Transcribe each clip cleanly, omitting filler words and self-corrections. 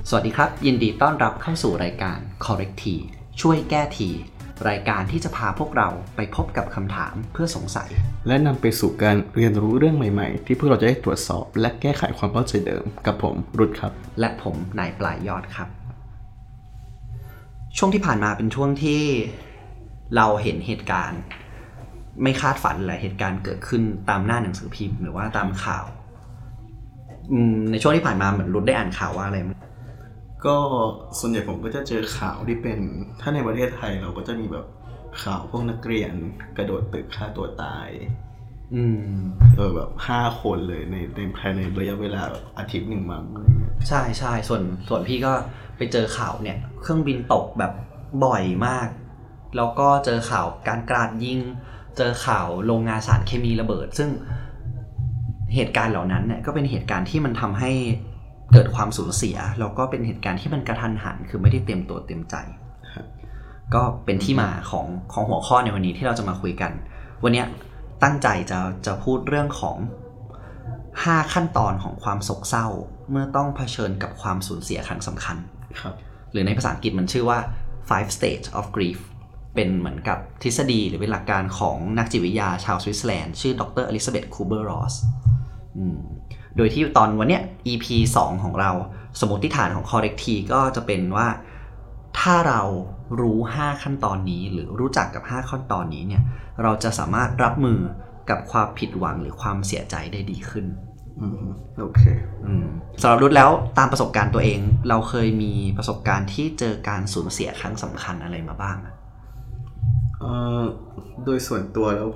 สวัสดีครับยินดีต้อนรับเข้าสู่รายการ Correct T ช่วยแก้ทีรายการที่จะพาพวกเราไปพบกับคำถามเพื่อสงสัยและนำไปสู่การเรียนรู้เรื่องใหม่ๆที่พวกเราจะได้ตรวจสอบและแก้ไขความเข้าใจเดิมกับผมรุตครับและผมนายปลายยอดครับช่วงที่ผ่านมาเป็นช่วงที่เราเห็นเหตุการณ์ไม่คาดฝันเลยเหตุการณ์เกิดขึ้นตามหน้าหนังสือพิมพ์หรือว่าตามข่าวในช่วงที่ผ่านมาเหมือนรุตได้อ่านข่าวว่าอะไรก็ส่วนใหญ่ผมก็จะเจอข่าวที่เป็นถ้าในประเทศไทยเราก็จะมีแบบข่าวพวกนักเรียนกระโดดตึกฆ่าตัวตายแบบ5 คนเลยในภายในระยะเวลาอาทิตย์1 มั้งอะไรเงี้ยใช่ๆส่วนพี่ก็ไปเจอข่าวเนี่ยเครื่องบินตกแบบบ่อยมากแล้วก็เจอข่าวการกราดยิงเจอข่าวโรงงานสารเคมีระเบิดซึ่งเหตุการณ์เหล่านั้นเนี่ยก็เป็นเหตุการณ์ที่มันทำให้เกิดความสูญเสียแล้วก็เป็นเหตุการณ์ที่มันกระทันหันคือไม่ได้เตรียมตัวเตรียมใจก็เป็นที่มาของหัวข้อในวันนี้ที่เราจะมาคุยกันวันนี้ตั้งใจจะพูดเรื่องของ5 ขั้นตอนของความโศกเศร้าเมื่อต้องเผชิญกับความสูญเสียครั้งสำคัญหรือในภาษาอังกฤษมันชื่อว่า 5 Stages of Grief เป็นเหมือนกับทฤษฎีหรือเป็นหลักการของนักจิตวิทยาชาวสวิตเซอร์แลนด์ชื่อดรอลิซาเบธคูเบอร์รอสโดยที่ตอนวันเนี้ย EP 2 ของเราสมมติฐานของ Correct T ก็จะเป็นว่าถ้าเรารู้5 ขั้นตอนนี้หรือรู้จักกับ5 ขั้นตอนนี้เนี่ยเราจะสามารถรับมือกับความผิดหวังหรือความเสียใจได้ดีขึ้นโอเคสำหรับรุ้แล้วตามประสบการณ์ตัวเองเราเคยมีประสบการณ์ที่เจอการสูญเสียครั้งสำคัญอะไรมาบ้างโดยส่วนตัวแล้ว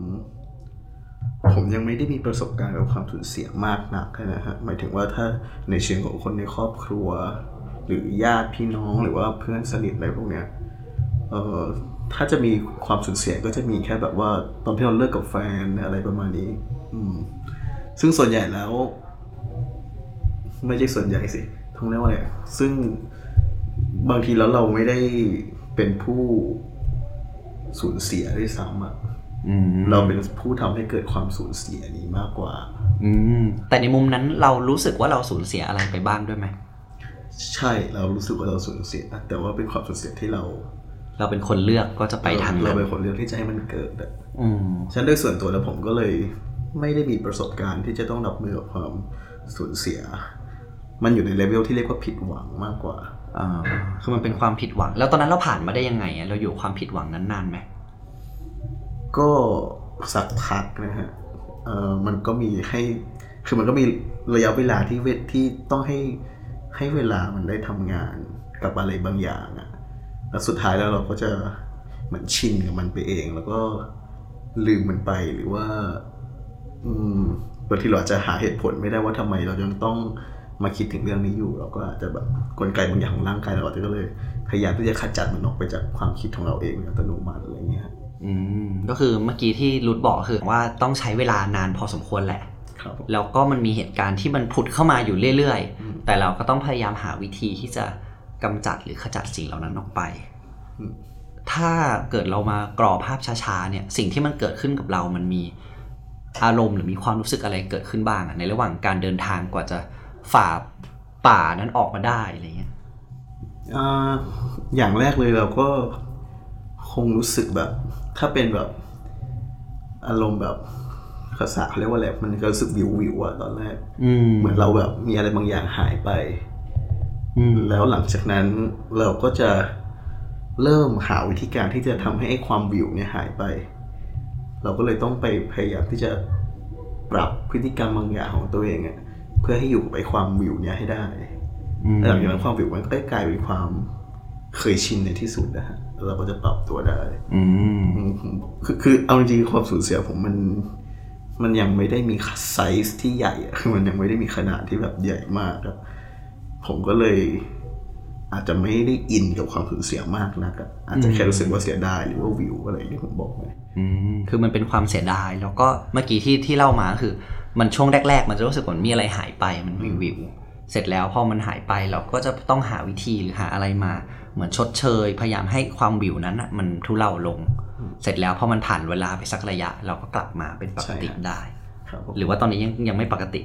ผมยังไม่ได้มีประสบการณ์กับความสูญเสียมากนักนะฮะหมายถึงว่าถ้าในเชิงของคนในครอบครัวหรือญาติพี่น้องหรือว่าเพื่อนสนิทอะไรพวกเนี้ยถ้าจะมีความสูญเสียก็จะมีแค่แบบว่าตอนที่เราเลิกกับแฟนอะไรประมาณนี้ซึ่งส่วนใหญ่แล้วไม่ใช่ส่วนใหญ่สิต้องเรียกว่าอะไรซึ่งบางทีแล้วเราไม่ได้เป็นผู้สูญเสียด้วยซ้ำเราเป็นผู้ทำให้เกิดความสูญเสียนี้มากกว่าแต่ในมุมนั้นเรารู้สึกว่าเราสูญเสียอะไรไปบ้างด้วยไหมใช่เรารู้สึกว่าเราสูญเสียแต่ว่าเป็นความสูญเสียที่เราเป็นคนเลือกก็จะไปทางนั้นเราเป็นคนเลือกที่จะให้มันเกิดฉันโดยส่วนตัวแล้วผมก็เลยไม่ได้มีประสบการณ์ที่จะต้องรับมือกับความสูญเสียมันอยู่ในเลเวลที่เรียกว่าผิดหวังมากกว่าคือมันเป็นความผิดหวังแล้วตอนนั้นเราผ่านมาได้ยังไงเราอยู่ความผิดหวังนั้นนานไหมก็สักพักนะฮะมันก็มีคือมันก็มีระยะเวลาที่ต้องให้เวลามันได้ทำงานกับอะไรบางอย่างแล้วสุดท้ายแล้วเราก็จะเหมือนชินกับมันไปเองแล้วก็ลืมมันไปหรือว่าบางทีเราจะหาเหตุผลไม่ได้ว่าทำไมเรายังต้องมาคิดถึงเรื่องนี้อยู่เราก็อาจจะแบบกลไกบางอย่างของร่างกายเราอาจจะก็เลยพยายามที่จะขจัดมันออกไปจากความคิดของเราเองอัตโนมัติอะไรเงี้ยก็คือเมื่อกี้ที่รุดบอกคือว่าต้องใช้เวลานานพอสมควรแหละแล้วก็มันมีเหตุการณ์ที่มันผุดเข้ามาอยู่เรื่อยๆแต่เราก็ต้องพยายามหาวิธีที่จะกำจัดหรือขจัดสิ่งเหล่านั้นออกไปถ้าเกิดเรามากรอภาพช้าๆเนี่ยสิ่งที่มันเกิดขึ้นกับเรามันมีอารมณ์หรือมีความรู้สึกอะไรเกิดขึ้นบ้างในระหว่างการเดินทางกว่าจะฝ่าป่านั้นออกมาได้อะไรเงี้ยอย่างแรกเลยเราก็คงรู้สึกแบบถ้าเป็นแบบอารมณ์แบบภาษาเขาเรียกว่าอะไรมันก็รู้สึกวิวอะตอนแรกเหมือนเราแบบมีอะไรบางอย่างหายไปแล้วหลังจากนั้นเราก็จะเริ่มหาวิธีการที่จะทำให้ความวิวเนี่ยหายไปเราก็เลยต้องไปพยายามที่จะปรับพฤติกรรมบางอย่างของตัวเองอะเพื่อให้อยู่กับไอ้ความวิวเนี่ยให้ได้หลังจากนั้นความวิวมันก็กลายเป็นความเคยชินในที่สุดนะฮะเราก็จะปรับตัวได้คือเอาจริงๆความสูญเสียผมมันยังไม่ได้มีไซส์ที่ใหญ่มันยังไม่ได้มีขนาดที่แบบใหญ่มากครับผมก็เลยอาจจะไม่ได้อินกับความสูญเสียมากนักอาจจะแค่รู้สึกว่าเสียดายหรือว่าวิวอะไรที่ผมบอกไปคือมันเป็นความเสียดายแล้วก็เมื่อกี้ที่เล่ามาคือมันช่วงแรกๆมันจะรู้สึกเหมือนมีอะไรหายไปมันวิวเสร็จแล้วพอมันหายไปเราก็จะต้องหาวิธีหรือหาอะไรมาเหมือนชดเชยพยายามให้ความวิวนั้นมันทุเลาลงเสร็จแล้วพอมันผ่านเวลาไปสักระยะเราก็กลับมาเป็นปกติได้หรือว่าตอนนี้ยังไม่ปกติ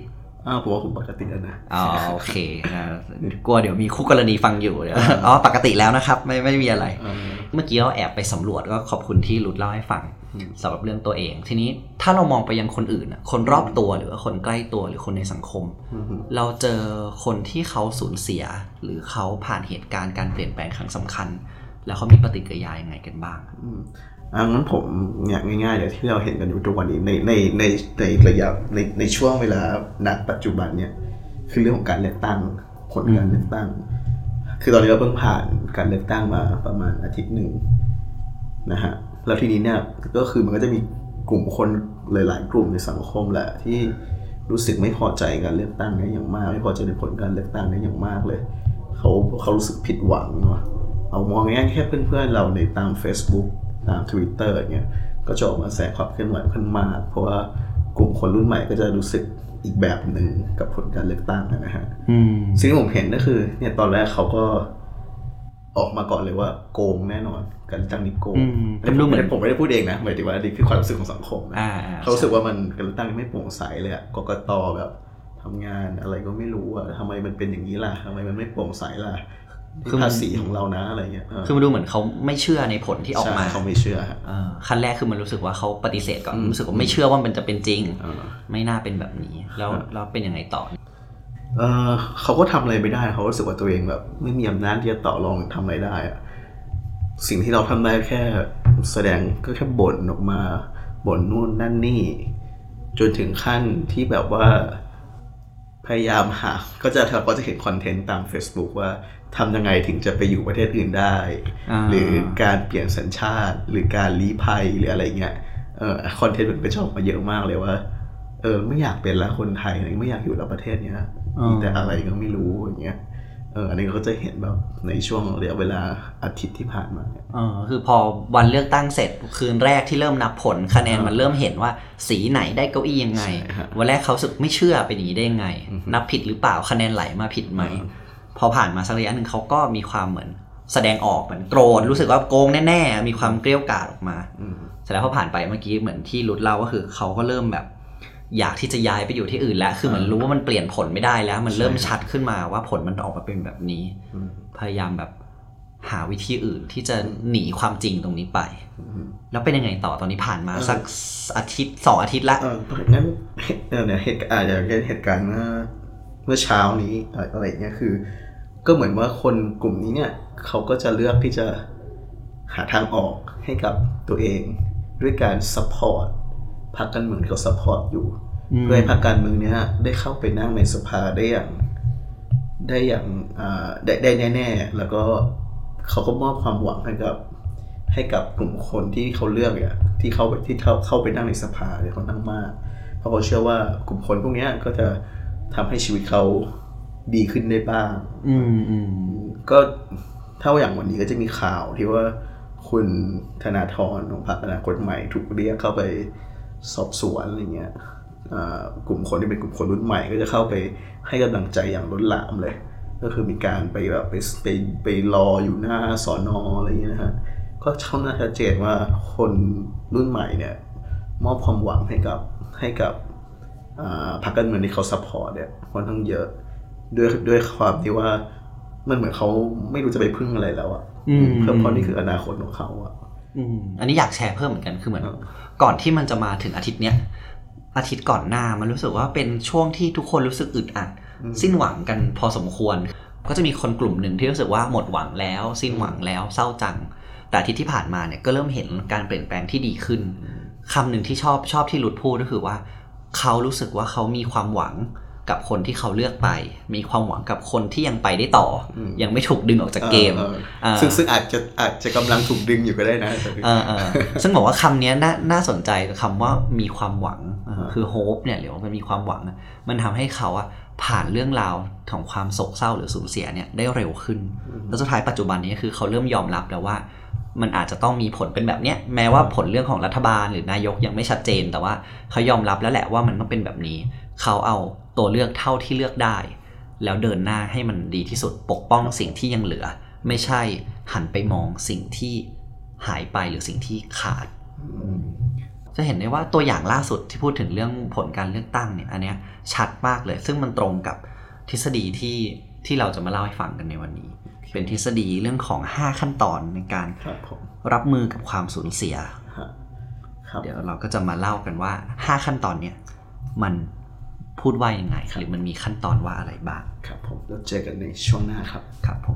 ผมว่าผมปกติแล้วนะโอเคกลัวเดี๋ยวมีคู่กรณีฟังอยู่ปกติแล้วนะครับไม่มีอะไรเมื่อกี้เราแอบไปสำรวจก็ขอบคุณที่รุดเล่าให้ฟังสำหรับเรื่องตัวเองทีนี้ถ้าเรามองไปยังคนอื่นคนรอบตัวหรือว่าคนใกล้ตัวหรือคนในสังคมเราเจอคนที่เขาสูญเสียหรือเขาผ่านเหตุการณ์การเปลี่ยนแปลงครั้งสำคัญแล้วเขามีปฏิกิริยายังไงกันบ้างงั้นผมเนี่ยง่ายๆเลยที่เราเห็นกันอยู่ทุกวันนี้ในระยะในช่วงเวลาณปัจจุบันเนี่ยคือเรื่องของการเลือกตั้งผลการเลือกตั้งคือตอนนี้เราเพิ่งผ่านการเลือกตั้งมาประมาณอาทิตย์หนึ่งนะฮะแล้วทีนี้เนี่ยก็คือมันก็จะมีกลุ่มคนหลายๆกลุ่มในสังคมแหละที่รู้สึกไม่พอใจการเลือกตั้งนี้อย่างมากไม่พอใจในผลการเลือกตั้งนี้อย่างมากเลยเขารู้สึกผิดหวังเนาะเอามองง่ายๆแค่เพื่อนๆเราในตาม Facebook ตาม Twitter อย่างเงี้ยก็จะออกมาแสดงความเคลื่อนไหวขึ้นมากเพราะว่ากลุ่มคนรุ่นใหม่ก็จะรู้สึกอีกแบบหนึ่งกับผลการเลือกตั้งนะฮะสิ่งที่ผมเห็นก็คือเนี่ยตอนแรกเขาก็ออกมาก่อนเลยว่าโกงแน่นอนการเลือกตั้งนี้โกงผมไม่ได้พูดเองนะหมายถึงว่านี่คือความรู้สึกของสังคมนะเขารู้สึกว่ามันการเลือกตั้งไม่โปร่งใสเลยกกต.แบบทำงานอะไรก็ไม่รู้ทำไมมันเป็นอย่างนี้ล่ะทำไมมันไม่โปร่งใสล่ะคือภาษีของเรานะอะไรเงี้ยคือมันดูเหมือนเขาไม่เชื่อในผลที่ออกมาเขาไม่เชื่อขั้นแรกคือมันรู้สึกว่าเขาปฏิเสธก่อนรู้สึกว่าไม่เชื่อว่ามันจะเป็นจริงไม่น่าเป็นแบบนี้แล้วเป็นยังไงต่อเขาก็ทำอะไรไม่ได้เขารู้สึกว่าตัวเองแบบไม่มีอำนาจที่จะต่อรองทำอะไรได้สิ่งที่เราทำได้แค่แสดงก็แค่บ่นออกมาบ่นนู่นนั่นนี่จนถึงขั้นที่แบบว่าพยายามหาก็จะเห็นคอนเทนต์ตาม Facebook ว่าทำยังไงถึงจะไปอยู่ประเทศอื่นได้หรือการเปลี่ยนสัญชาติหรือการลี้ภัยหรืออะไรเงี้ยคอนเทนต์มันไปชอบมาเยอะมากเลยว่าไม่อยากเป็นละคนไทยไม่อยากอยู่ในประเทศเนี้ยแต่อะไรก็ไม่รู้อย่างเงี้ยอันนี้ก็จะเห็นแบบในช่วงระยะเวลาอาทิตย์ที่ผ่านมาเนี่ยคือพอวันเลือกตั้งเสร็จคืนแรกที่เริ่มนับผลคะแนนมันเริ่มเห็นว่าสีไหนได้เก้าอี้ยังไงวันแรกเขาสึกไม่เชื่อเป็นอย่างนี้ได้ยังไงนับผิดหรือเปล่าคะแนนไหลมาผิดไหมพอผ่านมาสักระยะหนึ่งเขาก็มีความเหมือนแสดงออกเหมือนโกรธรู้สึกว่าโกงแน่ๆมีความเกรี้ยวกราดออกมาเสร็จแล้วพอผ่านไปเมื่อกี้เหมือนที่รุดเล่าก็คือเขาก็เริ่มแบบอยากที่จะย้ายไปอยู่ที่อื่นแล้วคือเหมือนรู้ว่ามันเปลี่ยนผลไม่ได้แล้วมันเริ่มชัดขึ้นมาว่าผลมันออกมาเป็นแบบนี้พยายามแบบหาวิธีอื่นที่จะหนีความจริงตรงนี้ไปแล้วเป็นยังไงต่อตอนนี้ผ่านมาสักอาทิตย์2 อาทิตย์ละงั้นเนี่ยเหตุการณ์เมื่อเช้านี้อะไรเงี้ยคือก็เหมือนว่าคนกลุ่มนี้เนี่ยเขาก็จะเลือกที่จะหาทางออกให้กับตัวเองด้วยการซัพพอร์ตพรรคการเมืองที่เขาซัพพอร์ตอยู่เพื่อให้พรรคการเมืองเนี้ยได้เข้าไปนั่งในสภาได้อย่างได้แน่ๆแล้วก็เขาก็มอบความหวังให้กับกลุ่มคนที่เขาเลือกที่เข้าไปนั่งในสภาเนี่ยเขานั่งมากเพราะเขาเชื่อว่ากลุ่มคนพวกนี้ก็จะทำให้ชีวิตเขาดีขึ้นได้บ้างก็ถ้าอย่างวันนี้ก็จะมีข่าวที่ว่าคุณธนาธรของพรรคอนาคตใหม่ถูกเรียกเข้าไปสอบสวนอะไรเงี้ยกลุ่มคนที่เป็นกลุ่มคนรุ่นใหม่ก็จะเข้าไปให้กำลังใจอย่างล้นหลามเลยก็คือมีการไปแบบไปรออยู่หน้าสน.อะไรเงี้ยนะฮะก็ช่างน่าชัดเจนว่าคนรุ่นใหม่เนี่ยมอบความหวังให้กับพรรคการเมืองที่เขาซัพพอร์ตเนี่ยค่อนข้างเยอะด้วยความที่ว่ามันเหมือนเขาไม่รู้จะไปพึ่งอะไรแล้วเพราะนี่คืออนาคตของเขาอันนี้อยากแชร์เพิ่มเหมือนกันคือเหมือนก่อนที่มันจะมาถึงอาทิตย์เนี้ยอาทิตย์ก่อนหน้ามันรู้สึกว่าเป็นช่วงที่ทุกคนรู้สึกอึดอัดสิ้นหวังกันพอสมควรก็จะมีคนกลุ่มหนึ่งที่รู้สึกว่าหมดหวังแล้วสิ้นหวังแล้วเศร้าจังแต่อาทิตย์ที่ผ่านมาเนี่ยก็เริ่มเห็นการเปลี่ยนแปลงที่ดีขึ้นคำหนึ่งที่ชอบที่รุดพูดก็คือว่าเขารู้สึกว่าเขามีความหวังกับคนที่เขาเลือกไปมีความหวังกับคนที่ยังไปได้ต่อยังไม่ถูกดึงออกจากเกมซึ่งอาจจะกำลังถูกดึงอยู่ก็ได้นะซึ่งบอกว่าคำนี้น่าสนใจกับคำว่ามีความหวังคือ hope เนี่ยหรือว่ามันมีความหวังมันทำให้เขาผ่านเรื่องราวของความโศกเศร้าหรือสูญเสียเนี่ยได้เร็วขึ้นแล้วสุดท้ายปัจจุบันนี้คือเขาเริ่มยอมรับแล้วว่ามันอาจจะต้องมีผลเป็นแบบเนี้ยแม้ว่าผลเรื่องของรัฐบาลหรือนายกยังไม่ชัดเจนแต่ว่าเขายอมรับแล้วแหละว่ามันต้องเป็นแบบนี้เขาเอาตัวเลือกเท่าที่เลือกได้แล้วเดินหน้าให้มันดีที่สุดปกป้องสิ่งที่ยังเหลือไม่ใช่หันไปมองสิ่งที่หายไปหรือสิ่งที่ขาดจะเห็นได้ว่าตัวอย่างล่าสุดที่พูดถึงเรื่องผลการเลือกตั้งเนี่ยอันเนี้ยชัดมากเลยซึ่งมันตรงกับทฤษฎีที่เราจะมาเล่าให้ฟังกันในวันนี้เป็นทฤษฎีเรื่องของ5ขั้นตอนในการรับมือกับความสูญเสียเดี๋ยวเราก็จะมาเล่ากันว่า5ขั้นตอนเนี่ยมันพูดว่ายังไงหรือมันมีขั้นตอนว่าอะไรบ้างครับผมแล้วเจอกันในช่วงหน้าครับครับผม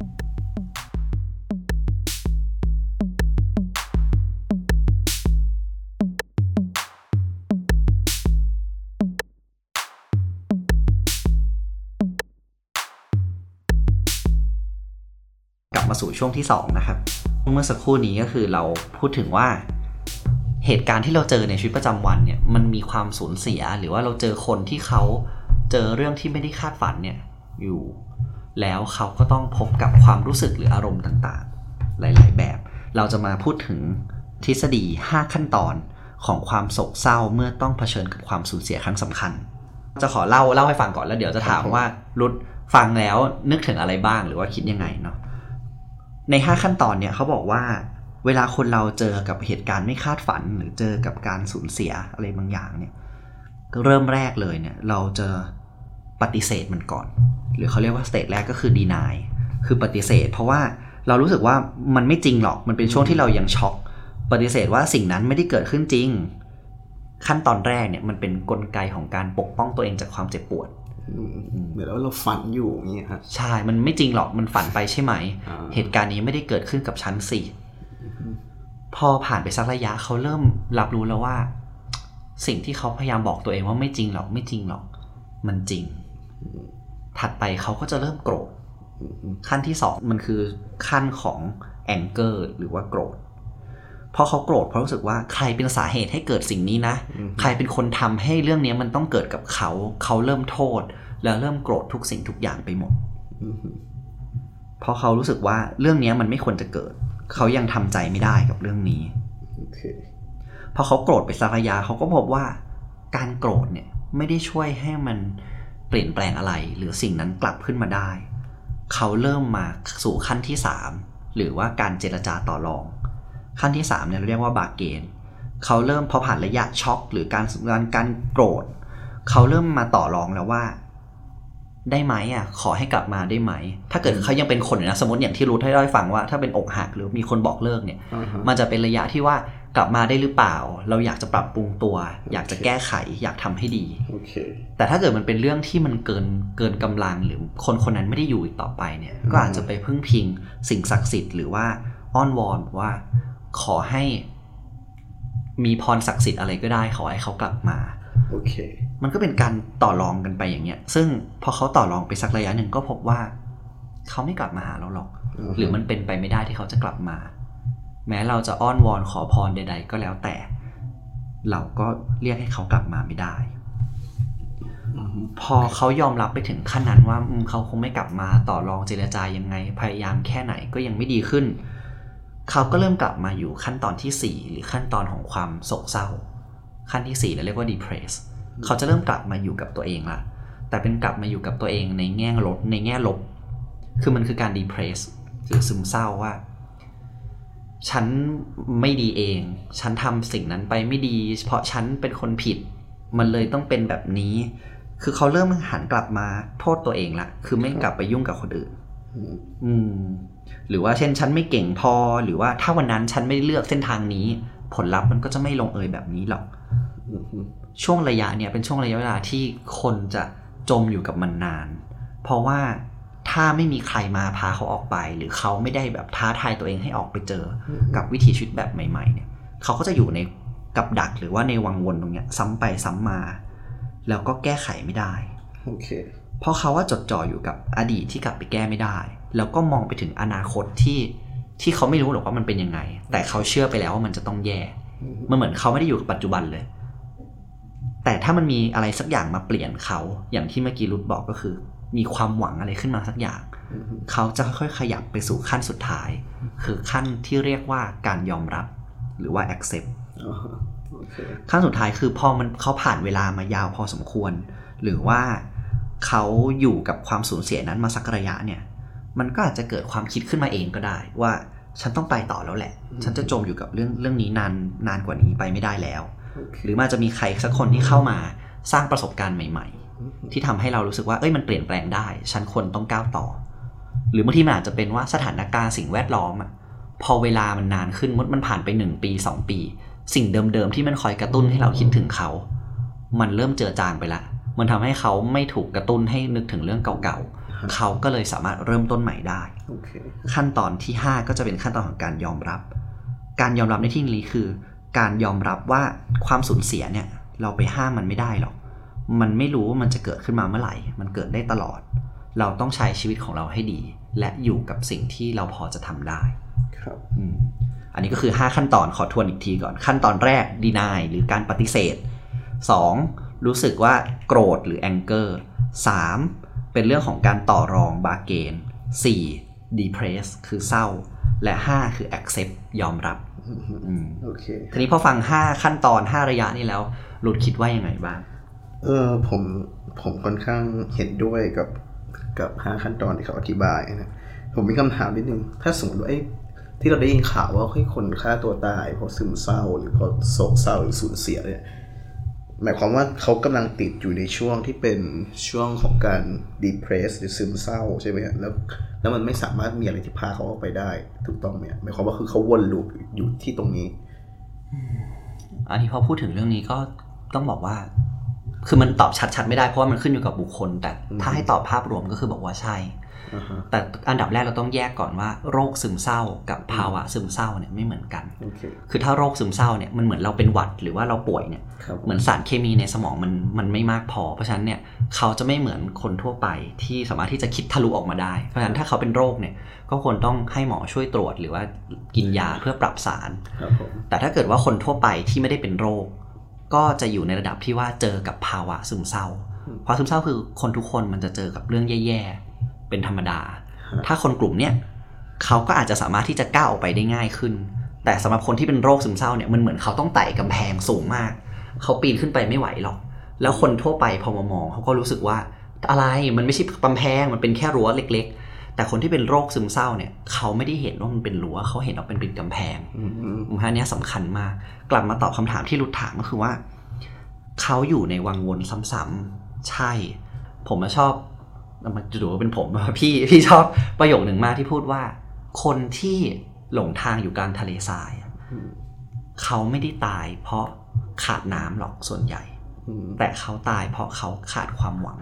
มาสู่ช่วงที่2นะครับเมื่อสักครู่นี้ก็คือเราพูดถึงว่าเหตุการณ์ที่เราเจอในชีวิตประจำวันเนี่ยมันมีความสูญเสียหรือว่าเราเจอคนที่เขาเจอเรื่องที่ไม่ได้คาดฝันเนี่ยอยู่แล้วเขาก็ต้องพบกับความรู้สึกหรืออารมณ์ต่างๆหลายๆแบบเราจะมาพูดถึงทฤษฎี5ขั้นตอนของความโศกเศร้าเมื่อต้องเผชิญกับความสูญเสียครั้งสำคัญจะขอเล่าให้ฟังก่อนแล้วเดี๋ยวจะถามว่ารุดฟังแล้วนึกถึงอะไรบ้างหรือว่าคิดยังไงเนาะใน5ขั้นตอนเนี่ยเขาบอกว่าเวลาคนเราเจอกับเหตุการณ์ไม่คาดฝันหรือเจอกับการสูญเสียอะไรบางอย่างเนี่ยก็เริ่มแรกเลยเนี่ยเราจะปฏิเสธมันก่อนหรือเขาเรียกว่าสเตจแรกก็คือ deny คือปฏิเสธเพราะว่าเรารู้สึกว่ามันไม่จริงหรอกมันเป็นช่วงที่เรายังช็อกปฏิเสธว่าสิ่งนั้นไม่ได้เกิดขึ้นจริงขั้นตอนแรกเนี่ยมันเป็นกลไกของการปกป้องตัวเองจากความเจ็บปวดเหมือนแล้วเราฝันอยู่อย่างเงี้ยครับใช่มันไม่จริงหรอกมันฝันไปใช่ไหมเหตุการณ์นี้ไม่ได้เกิดขึ้นกับฉันสิพอผ่านไปสักระยะเขาเริ่มรับรู้แล้วว่าสิ่งที่เขาพยายามบอกตัวเองว่าไม่จริงหรอกไม่จริงหรอกมันจริงถัดไปเขาก็จะเริ่มโกรธขั้นที่2มันคือขั้นของ anger หรือว่าโกรธพอเขาโกรธเพราะรู้สึกว่าใครเป็นสาเหตุให้เกิดสิ่งนี้นะใครเป็นคนทำให้เรื่องนี้มันต้องเกิดกับเขาเริ่มโทษแล้วเริ่มโกรธทุกสิ่งทุกอย่างไปหมดเพราะเขารู้สึกว่าเรื่องนี้มันไม่ควรจะเกิดเขายังทำใจไม่ได้กับเรื่องนี้พอเขาโกรธไปสักระยะเขาก็พบว่าการโกรธเนี่ยไม่ได้ช่วยให้มันเปลี่ยนแปลงอะไรหรือสิ่งนั้นกลับขึ้นมาได้เขาเริ่มมาสู่ขั้นที่3หรือว่าการเจรจาต่อรองขั้นที่3เนี่ยเราเรียกว่าบาร์เกนเขาเริ่มพอผ่านระยะช็อกหรือการโกรธเขาเริ่มมาต่อรองแล้วว่าได้ไหมอ่ะขอให้กลับมาได้ไหมถ้าเกิดเขายังเป็นคนอยู่นะสมมติอย่างที่รู้ให้ได้ฟังว่าถ้าเป็นอกหักหรือมีคนบอกเลิกเนี่ยมันจะเป็นระยะที่ว่ากลับมาได้หรือเปล่าเราอยากจะปรับปรุงตัวอยากจะแก้ไขอยากทำให้ดีแต่ถ้าเกิดมันเป็นเรื่องที่มันเกินกำลังหรือคนนั้นไม่ได้อยู่อีกต่อไปเนี่ยก็อาจจะไปพึ่งพิงสิ่งศักดิ์สิทธิ์หรือว่าอ้อนวอนว่าขอให้มีพรศักดิ์สิทธิ์อะไรก็ได้ขอให้เขากลับมามันก็เป็นการต่อรองกันไปอย่างเงี้ยซึ่งพอเขาต่อรองไปสักระยะหนึ่งก็พบว่าเขาไม่กลับมาหาเราหรอกหรือมันเป็นไปไม่ได้ที่เขาจะกลับมาแม้เราจะอ้อนวอนขอพรใดๆก็แล้วแต่เราก็เรียกให้เขากลับมาไม่ได้พอเขายอมรับไปถึงขั้นนั้นว่าเขาคงไม่กลับมาต่อรองเจรจายังไงพยายามแค่ไหนก็ยังไม่ดีขึ้นเขาก็เริ่มกลับมาอยู่ขั้นตอนที่4หรือขั้นตอนของความโศกเศร้าขั้นที่4เราเรียกว่า depress เขาจะเริ่มกลับมาอยู่กับตัวเองละแต่เป็นกลับมาอยู่กับตัวเองในแง่ลบคือมันคือการ depress หรือซึมเศร้าว่าฉันไม่ดีเองฉันทำสิ่งนั้นไปไม่ดีเพราะฉันเป็นคนผิดมันเลยต้องเป็นแบบนี้คือเขาเริ่มหันกลับมาโทษตัวเองละคือไม่กลับไปยุ่งกับคนอื่นหรือว่าเช่นฉันไม่เก่งพอหรือว่าถ้าวันนั้นฉันไม่เลือกเส้นทางนี้ผลลัพธ์มันก็จะไม่ลงเอยแบบนี้หรอกช่วงระยะเนี่ยเป็นช่วงระยะเวลาที่คนจะจมอยู่กับมันนานเพราะว่าถ้าไม่มีใครมาพาเขาออกไปหรือเขาไม่ได้แบบท้าทายตัวเองให้ออกไปเจอกับวิถีชีวิตแบบใหม่ๆเนี่ยเขาก็จะอยู่ในกับดักหรือว่าในวังวนตรงเนี้ยซ้ำไปซ้ำมาแล้วก็แก้ไขไม่ได้เพราะเขาว่าจดจ่ออยู่กับอดีตที่กลับไปแก้ไม่ได้แล้วก็มองไปถึงอนาคตที่เขาไม่รู้หรอกว่ามันเป็นยังไงแต่เขาเชื่อไปแล้วว่ามันจะต้องแย่มันเหมือนเขาไม่ได้อยู่กับปัจจุบันเลยแต่ถ้ามันมีอะไรสักอย่างมาเปลี่ยนเขาอย่างที่เมื่อกี้รุดบอกก็คือมีความหวังอะไรขึ้นมาสักอย่างเขาจะค่อยๆขยับไปสู่ขั้นสุดท้ายคือขั้นที่เรียกว่าการยอมรับหรือว่า accept ขั้นสุดท้ายคือพอเขาผ่านเวลามายาวพอสมควรหรือว่าเขาอยู่กับความสูญเสียนั้นมาสักระยะเนี่ยมันก็อาจจะเกิดความคิดขึ้นมาเองก็ได้ว่าฉันต้องไปต่อแล้วแหละฉันจะจมอยู่กับเรื่องนี้นานกว่านี้ไปไม่ได้แล้ว หรือมันจะมีใครสักคนที่เข้ามาสร้างประสบการณ์ใหม่ๆที่ทำให้เรารู้สึกว่ามันเปลี่ยนแปลงได้ฉันควรต้องก้าวต่อหรือบางทีมันอาจจะเป็นว่าสถานการณ์สิ่งแวดล้อมพอเวลามันนานขึ้นมันผ่านไป1 ปี2 ปีสิ่งเดิมๆที่มันคอยกระตุ้นให้เราคิดถึงเขามันเริ่มเจือจางไปละมันทำให้เขาไม่ถูกกระตุ้นให้นึกถึงเรื่องเก่าๆเขาก็เลยสามารถเริ่มต้นใหม่ได้ ขั้นตอนที่5ก็จะเป็นขั้นตอนของการยอมรับการยอมรับในที่นี้คือการยอมรับว่าความสูญเสียเนี่ยเราไปห้ามมันไม่ได้หรอกมันไม่รู้ว่ามันจะเกิดขึ้นมาเมื่อไหร่มันเกิดได้ตลอดเราต้องใช้ชีวิตของเราให้ดีและอยู่กับสิ่งที่เราพอจะทำได้ครับอันนี้ก็คือ5ขั้นตอนขอทวนอีกทีก่อนขั้นตอนแรก deny หรือการปฏิเสธ2รู้สึกว่าโกรธหรือ anger 3เป็นเรื่องของการต่อรอง bargain 4 depress คือเศร้าและ5คือ accept ยอมรับโอเคทีนี้พอฟัง5ขั้นตอน5ระยะนี้แล้วรุดคิดว่ายังไงบ้างผมค่อนข้างเห็นด้วยกับ5ขั้นตอนที่เขาอธิบายนะผมมีคำถามนิดนึงถ้าสมมติว่าที่เราได้ยินข่าวว่าคนฆ่าตัวตายเพราะซึมเศร้าหรือเพราะโศกเศร้าหรือสูญเสียเนี่ยหมายความว่าเขากำลังติดอยู่ในช่วงที่เป็นช่วงของการ depress หรือซึมเศร้าใช่ไหมแล้วมันไม่สามารถมีอะไรที่พาเขาออกไปได้ถูกต้องไหมหมายความว่าคือเขาวนลูปอยู่ที่ตรงนี้อันนี้พอพูดถึงเรื่องนี้ก็ต้องบอกว่าคือมันตอบชัดๆไม่ได้เพราะว่ามันขึ้นอยู่กับบุคคลแต่ถ้าให้ตอบภาพรวมก็คือบอกว่าใช่แต่อันดับแรกเราต้องแยกก่อนว่าโรคซึมเศร้ากับภาวะซึมเศร้าเนี่ยไม่เหมือนกัน คือถ้าโรคซึมเศร้าเนี่ยมันเหมือนเราเป็นหวัดหรือว่าเราป่วยเนี่ยเหมือนสารเคมีในสมองมันไม่มากพอเพราะฉะนั้นเนี่ยเขาจะไม่เหมือนคนทั่วไปที่สามารถที่จะคิดทะลุออกมาได้เพราะฉะนั้นถ้าเขาเป็นโรคเนี่ยก็ควรต้องให้หมอช่วยตรวจหรือว่ากินยาเพื่อปรับสารแต่ถ้าเกิดว่าคนทั่วไปที่ไม่ได้เป็นโรคก็จะอยู่ในระดับที่ว่าเจอกับภาวะซึมเศร้าเพราะซึมเศร้าคือคนทุกคนมันจะเจอกับเรื่องแย่ๆเป็นธรรมดาถ้าคนกลุ่มเนี้ยเขาก็อาจจะสามารถที่จะก้าวออกไปได้ง่ายขึ้นแต่สำหรับคนที่เป็นโรคซึมเศร้าเนี่ยมันเหมือนเขาต้องไต่กำแพงสูงมากเขาปีนขึ้นไปไม่ไหวหรอกแล้วคนทั่วไปพอมองเขาก็รู้สึกว่าอะไรมันไม่ใช่กำแพงมันเป็นแค่รั้วเล็กๆแต่คนที่เป็นโรคซึมเศร้าเนี่ยเขาไม่ได้เห็นว่ามันเป็นรั้วเขาเห็นว่าเป็นกำแพงอันนี้สำคัญมากกลับมาตอบคำถามที่รุดถามก็คือว่าเขาอยู่ในวังวนซ้ำๆใช่ผมชอบมันจะดูว่าเป็นผมพี่ชอบประโยคหนึ่งมากที่พูดว่าคนที่หลงทางอยู่กลางทะเลทรายเขาไม่ได้ตายเพราะขาดน้ำหรอกส่วนใหญ่แต่เขาตายเพราะเขาขาดความหวัง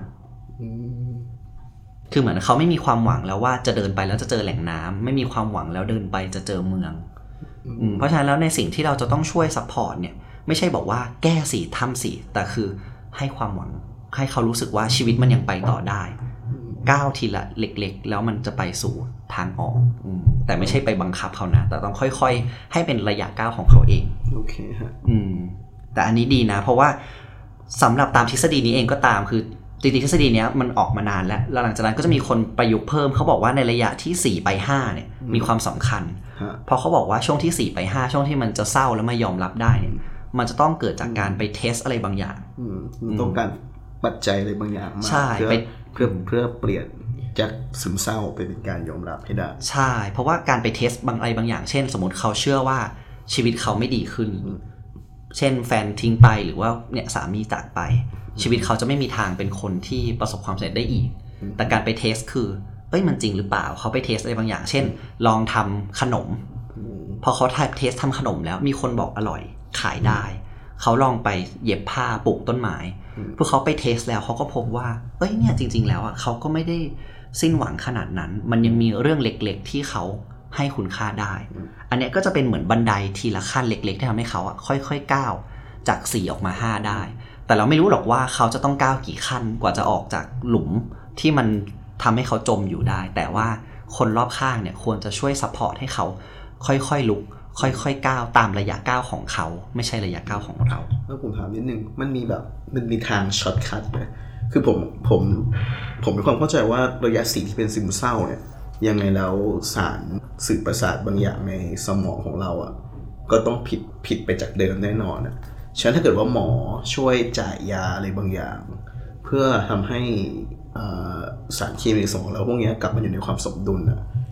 คือเหมือนเขาไม่มีความหวังแล้วว่าจะเดินไปแล้วจะเจอแหล่งน้ำไม่มีความหวังแล้วเดินไปจะเจอเมืองเพราะฉะนั้นแล้วในสิ่งที่เราจะต้องช่วยซัพพอร์ตเนี่ยไม่ใช่บอกว่าแก้สิทำสิแต่คือให้ความหวังให้เขารู้สึกว่าชีวิตมันยังไปต่อได้ก้าวทีละเล็กๆแล้วมันจะไปสู่ทางออกแต่ไม่ใช่ไปบังคับเขานะแต่ต้องค่อยๆให้เป็นระยะก้าวของเขาเองโอเคฮะแต่อันนี้ดีนะเพราะว่าสำหรับตามทฤษฎีนี้เองก็ตามคือจริงๆทฤษฎีนี้มันออกมานานแล้วหลังจากนั้นก็จะมีคนประยุกต์เพิ่มเขาบอกว่าในระยะที่4ไป5เนี่ยมีความสำคัญเพราะเขาบอกว่าช่วงที่4ไป5ช่วงที่มันจะเศร้าแล้วมายอมรับได้เนี่ยมันจะต้องเกิดจากการไปเทสอะไรบางอย่างต้องการปัจจัยอะไรบางอย่างมาเพื่อเปลี่ยนจากซึมเศร้าไปเป็นการยอมรับให้ได้ใช่เพราะว่าการไปเทสบางอะไรบางอย่างเช่นสมมติเขาเชื่อว่าชีวิตเขาไม่ดีขึ้นเช่นแฟนทิ้งไปหรือว่าเนี่ยสามีจากไปชีวิตเขาจะไม่มีทางเป็นคนที่ประสบความสำเร็จได้อีกแต่การไปเทสคือมันจริงหรือเปล่าเขาไปเทสอะไรบางอย่างเช่นลองทำขนมพอเขาเทสทำขนมแล้วมีคนบอกอร่อยขายได้เขาลองไปเย็บผ้าปลูกต้นไม้พวกเขาไปเทสแล้วเขาก็พบว่าเนี่ยจริงๆแล้วเขาก็ไม่ได้สิ้นหวังขนาดนั้นมันยังมีเรื่องเล็กๆที่เขาให้คุณค่าได้อันนี้ก็จะเป็นเหมือนบันไดทีละขั้นเล็กๆที่ทำให้เขาค่อยๆก้าวจาก4ออกมา5ได้แต่เราไม่รู้หรอกว่าเขาจะต้องก้าวกี่ขั้นกว่าจะออกจากหลุมที่มันทำให้เขาจมอยู่ได้แต่ว่าคนรอบข้างเนี่ยควรจะช่วยซัพพอร์ตให้เขาค่อยๆลุกค่อยๆก้าวตามระยะก้าวของเขาไม่ใช่ระยะก้าวของเราแล้วผมถามนิดนึงมันมีทางช็อตคัทไหมคือผมมีความเข้าใจว่าระยะ4ที่เป็นซึมเศร้าเนี่ยยังไงแล้วสารสื่อประสาทบางอย่างในสมองของเราก็ต้องผิดไปจากเดิมแน่นอนฉะนั้นถ้าเกิดว่าหมอช่วยจ่ายยาอะไรบางอย่างเพื่อทำให้สารเคมีในสมองเราพวกนี้กลับมาอยู่ในความสมดุล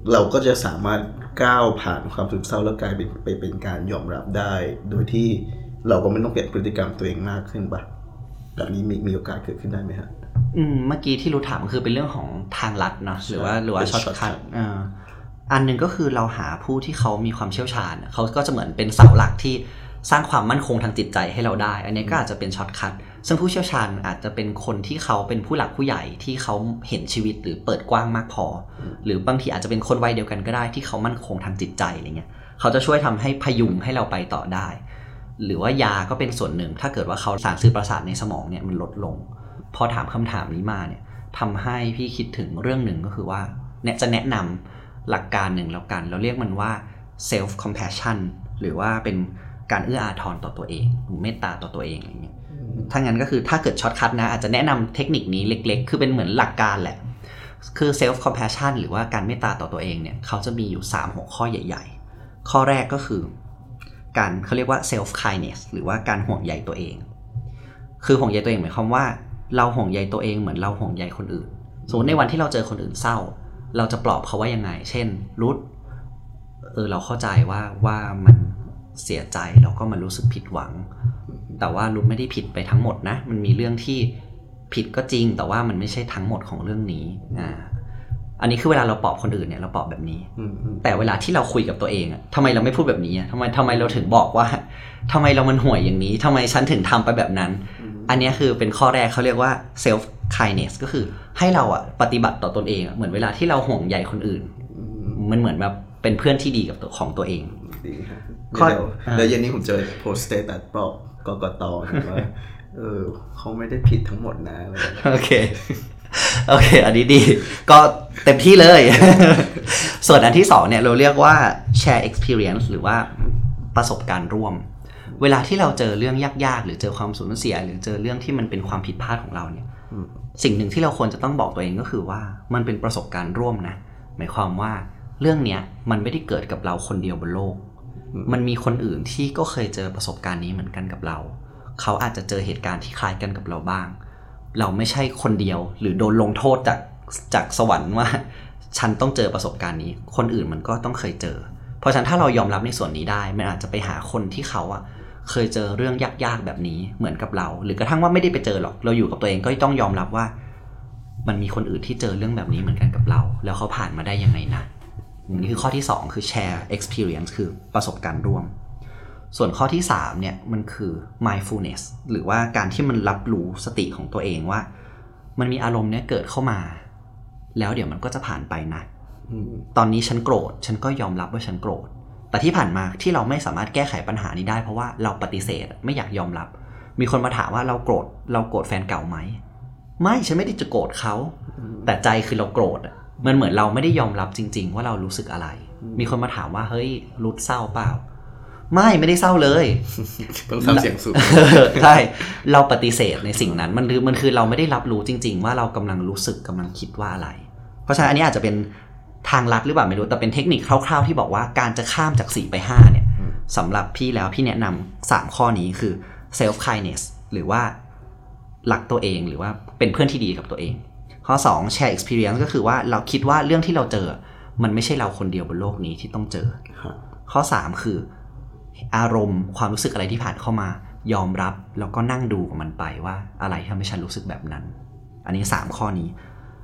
เราก็จะสามารถก้าวผ่านความซึมเศร้าแล้วกลายเป็นการยอมรับได้โดยที่เราก็ไม่ต้องเปลี่ยนพฤติกรรมตัวเองมากขึ้นปะแบบนี้มีโอกาสเกิดขึ้นได้ไหมฮะเมื่อกี้ที่รู้ถามคือเป็นเรื่องของทางลัดเนาะหรือว่าช็อตคัทอันนึงก็คือเราหาผู้ที่เขามีความเชี่ยวชาญเขาก็จะเหมือนเป็นเสาหลักที่สร้างความมั่นคงทางจิตใจให้เราได้อันนี้ก็อาจจะเป็นช็อตคัทซึ่งผู้เชี่ยวชาญอาจจะเป็นคนที่เขาเป็นผู้หลักผู้ใหญ่ที่เขาเห็นชีวิตหรือเปิดกว้างมากพอหรือบางทีอาจจะเป็นคนวัยเดียวกันก็ได้ที่เขามั่นคงทางจิตใจอะไรเงี้ยเขาจะช่วยทำให้พยุงให้เราไปต่อได้หรือว่ายาก็เป็นส่วนหนึ่งถ้าเกิดว่าเขาสารสื่อประสาทในสมองเนี่ยมันลดลงพอถามคำถามนี้มาเนี่ยทำให้พี่คิดถึงเรื่องหนึ่งก็คือว่าเนี่ยจะแนะนำหลักการหนึ่งแล้วกันเราเรียกมันว่า self compassion หรือว่าเป็นการเอื้ออาทรต่อตัวเองเมตตาต่อตัวเองอะไรเงี้ยถ้างั้นก็คือถ้าเกิดช็อตคัทนะอาจจะแนะนำเทคนิคนี้เล็กๆคือเป็นเหมือนหลักการแหละคือ self compassion หรือว่าการเมตตาต่อตัวเองเนี่ยเขาจะมีอยู่3หัวข้อใหญ่ๆข้อแรกก็คือการเขาเรียกว่า self kindness หรือว่าการห่วงใยตัวเองคือห่วงใยตัวเองหมายความว่าเราห่วงใยตัวเองเหมือนเราห่วงใยคนอื่นสมมติในวันที่เราเจอคนอื่นเศร้าเราจะปลอบเขาว่ายังไงเช่นรุทเราเข้าใจว่ามันเสียใจแล้วก็มันรู้สึกผิดหวังแต่ว่ารุทไม่ได้ผิดไปทั้งหมดนะมันมีเรื่องที่ผิดก็จริงแต่ว่ามันไม่ใช่ทั้งหมดของเรื่องนี้อันนี้คือเวลาเราปลอบคนอื่นเนี่ยเราปลอบแบบนี้แต่เวลาที่เราคุยกับตัวเองทำไมเราไม่พูดแบบนี้ทำไมเราถึงบอกว่าทำไมเรามันห่วยอย่างนี้ทำไมฉันถึงทำไปแบบนั้นอันนี้คือเป็นข้อแรกเขาเรียกว่า self kindness ก็คือให้เราปฏิบัติต่อตนเองเหมือนเวลาที่เราห่วงใยคนอื่นมันเหมือนแบบเป็นเพื่อนที่ดีกับตัวของตัวเองดีครับแล้วเย็นนี้ผมเจอโพสต์สเตตัสปลอบกกต.ว่าเขาไม่ได้ผิดทั้งหมดนะโอเคอันนี้ดีก็เต็มที่เลย ส่วนอันที่2เนี่ยเราเรียกว่า share experience หรือว่าประสบการณ์ร่วมเวลาที่เราเจอเรื่องยากๆหรือเจอความสูญเสียหรือเจอเรื่องที่มันเป็นความผิดพลาดของเราเนี่ยสิ่งหนึ่งที่เราควรจะต้องบอกตัวเองก็คือว่ามันเป็นประสบการณ์ร่วมนะหมายความว่าเรื่องเนี้ยมันไม่ได้เกิดกับเราคนเดียวบนโลกมันมีคนอื่นที่ก็เคยเจอประสบการณ์นี้เหมือนกันกับเราเขาอาจจะเจอเหตุการณ์ที่คล้ายกันกับเราบ้างเราไม่ใช่คนเดียวหรือโดนลงโทษจากสวรรค์ว่าฉันต้องเจอประสบการณ์นี้คนอื่นมันก็ต้องเคยเจอเพราะฉะนั้นถ้าเรายอมรับในส่วนนี้ได้มันอาจจะไปหาคนที่เขาเคยเจอเรื่องยากๆแบบนี้เหมือนกับเราหรือกระทั่งว่าไม่ได้ไปเจอหรอกเราอยู่กับตัวเองก็ต้องยอมรับว่ามันมีคนอื่นที่เจอเรื่องแบบนี้เหมือนกันกับเราแล้วเขาผ่านมาได้ยังไงนะนี่คือข้อที่2คือ share experience คือประสบการณ์ร่วมส่วนข้อที่3เนี่ยมันคือ mindfulness หรือว่าการที่มันรับรู้สติของตัวเองว่ามันมีอารมณ์เนี้ยเกิดเข้ามาแล้วเดี๋ยวมันก็จะผ่านไปนะตอนนี้ฉันโกรธฉันก็ยอมรับว่าฉันโกรธแต่ที่ผ่านมาที่เราไม่สามารถแก้ไขปัญหานี้ได้เพราะว่าเราปฏิเสธไม่อยากยอมรับมีคนมาถามว่าเราโกรธแฟนเก่าไหมไม่ฉันไม่ได้จะโกรธเขาแต่ใจคือเราโกรธมันเหมือนเราไม่ได้ยอมรับจริงๆว่าเรารู้สึกอะไรมีคนมาถามว่าเฮ้ยรุดเศร้าเปล่าไม่ได้เศร้าเลยต้องทำเสียงสูงใช่เราปฏิเสธในสิ่งนั้นมันคือเราไม่ได้รับรู้จริงๆว่าเรากำลังรู้สึกกำลังคิดว่าอะไรเพราะฉะนั้นอันนี้อาจจะเป็นทางลัดหรือเปล่าไม่รู้แต่เป็นเทคนิคคร่าวๆที่บอกว่าการจะข้ามจาก4ไป5เนี่ยสำหรับพี่แล้วพี่แนะนำ3ข้อนี้คือ self kindness หรือว่ารักตัวเองหรือว่าเป็นเพื่อนที่ดีกับตัวเองข้อ2 share experience ก็คือว่าเราคิดว่าเรื่องที่เราเจอมันไม่ใช่เราคนเดียวบนโลกนี้ที่ต้องเจอข้อ3คืออารมณ์ความรู้สึกอะไรที่ผ่านเข้ามายอมรับแล้วก็นั่งดูกับมันไปว่าอะไรทำให้ฉันรู้สึกแบบนั้นอันนี้3ข้อนี้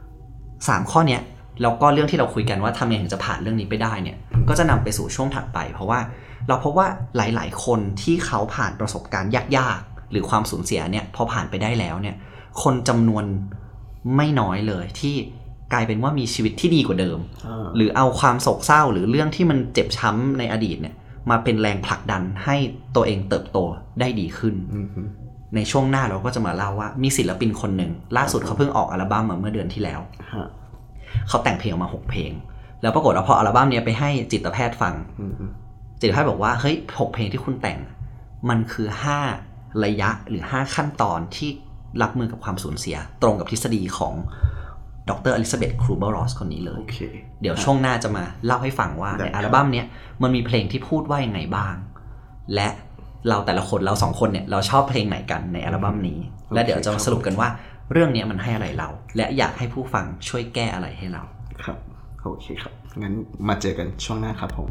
3ข้อเนี้ยแล้วก็เรื่องที่เราคุยกันว่าทำยังไงถึงจะผ่านเรื่องนี้ไปได้เนี่ยก็จะนำไปสู่ช่วงถัดไปเพราะว่าเราพบว่าหลายๆคนที่เขาผ่านประสบการณ์ยากๆหรือความสูญเสียเนี่ยพอผ่านไปได้แล้วเนี่ยคนจำนวนไม่น้อยเลยที่กลายเป็นว่ามีชีวิตที่ดีกว่าเดิมหรือเอาความโศกเศร้าหรือเรื่องที่มันเจ็บช้ำในอดีตเนี่ยมาเป็นแรงผลักดันให้ตัวเองเติบโตได้ดีขึ้นในช่วงหน้าเราก็จะมาเล่าว่ามีศิลปินคนหนึ่งล่าสุดเขาเพิ่งออกอัลบั้มเมื่อเดือนที่แล้วเขาแต่งเพลงออกมา6เพลงแล้วปรากฏว่าพออัลบั้มนี้ไปให้จิตแพทย์ฟังจิตแพทย์บอกว่าเฮ้ย6เพลงที่คุณแต่งมันคือ5ระยะหรือ5ขั้นตอนที่รับมือกับความสูญเสียตรงกับทฤษฎีของดร.อลิซาเบธ ครูเบอร์รอสคนนี้เลย เดี๋ยวช่วงหน้าจะมาเล่าให้ฟังว่าในอัลบั้มนี้มันมีเพลงที่พูดว่ายังไงบ้างและเราแต่ละคนเรา2คนเนี่ยเราชอบเพลงไหนกันในอัลบั้มนี้และเดี๋ยวจะมาสรุปกันว่าเรื่องนี้มันให้อะไรเราและอยากให้ผู้ฟังช่วยแก้อะไรให้เราครับขโอเคครับงั้นมาเจอกันช่วงหน้าครับผม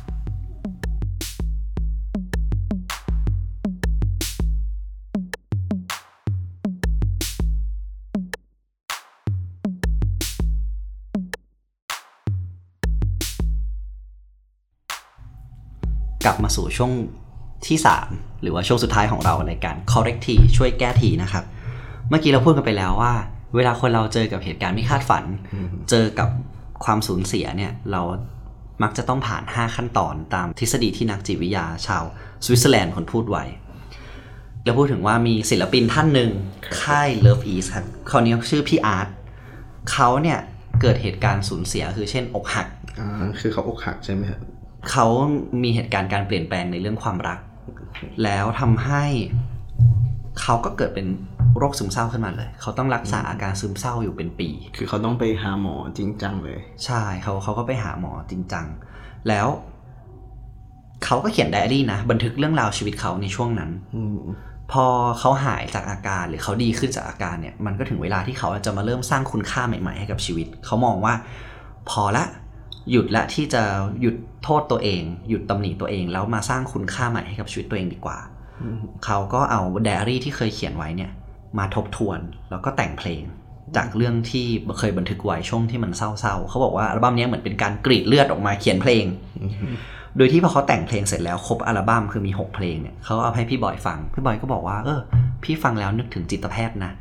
กลับมาสู่ช่วงที่3หรือว่าช่วงสุดท้ายของเราในการ correct ทีช่วยแก้ทีนะครับเมื่อกี้เราพูดกันไปแล้วว่าเวลาคนเราเจอกับเหตุการณ์ไม่คาดฝันเจอกับความสูญเสียเนี่ยเรามักจะต้องผ่าน5ขั้นตอนตามทฤษฎีที่นักจิตวิทยาชาวสวิตเซอร์แลนด์คนพูดไว้เราพูดถึงว่ามีศิลปินท่านหนึ่งค่าย Love East ครับคนนี้ชื่อพี่อาร์ตเขาเนี่ยเกิดเหตุการณ์สูญเสียคือเช่นอกหักคือเขาอกหักใช่ไหมครับเขามีเหตุการณ์การเปลี่ยนแปลงในเรื่องความรักแล้วทำให้เขาก็เกิดเป็นโรคซึมเศร้าขึ้นมาเลยเขาต้องรักษาอาการซึมเศร้าอยู่เป็นปีคือเขาต้องไปหาหมอจริงจังเลยใช่เขาก็ไปหาหมอจริงจังแล้วเขาก็เขียนไดอารี่นะบันทึกเรื่องราวชีวิตเขาในช่วงนั้นพอเขาหายจากอาการหรือเขาดีขึ้นจากอาการเนี่ยมันก็ถึงเวลาที่เขาจะมาเริ่มสร้างคุณค่าใหม่ๆให้กับชีวิตเขามองว่าพอละหยุดละที่จะหยุดโทษตัวเองหยุดตำหนิตัวเองแล้วมาสร้างคุณค่าใหม่ให้กับชีวิตตัวเองดีกว่าเขาก็เอาไดอารี่ที่เคยเขียนไว้เนี่ยมาทบทวนแล้วก็แต่งเพลงจากเรื่องที่เคยบันทึกไว้ช่วงที่มันเศร้าๆเขาบอกว่าอัลบั้มนี้เหมือนเป็นการกรีดเลือดออกมาเขียนเพลงโดยที่พอเขาแต่งเพลงเสร็จแล้วครบอัลบั้มคือมี6เพลงเนี่ยเขาเอาให้พี่บอยฟังพี่บอยก็บอกว่าพี่ฟังแล้วนึกถึงจิตแพทย์นะ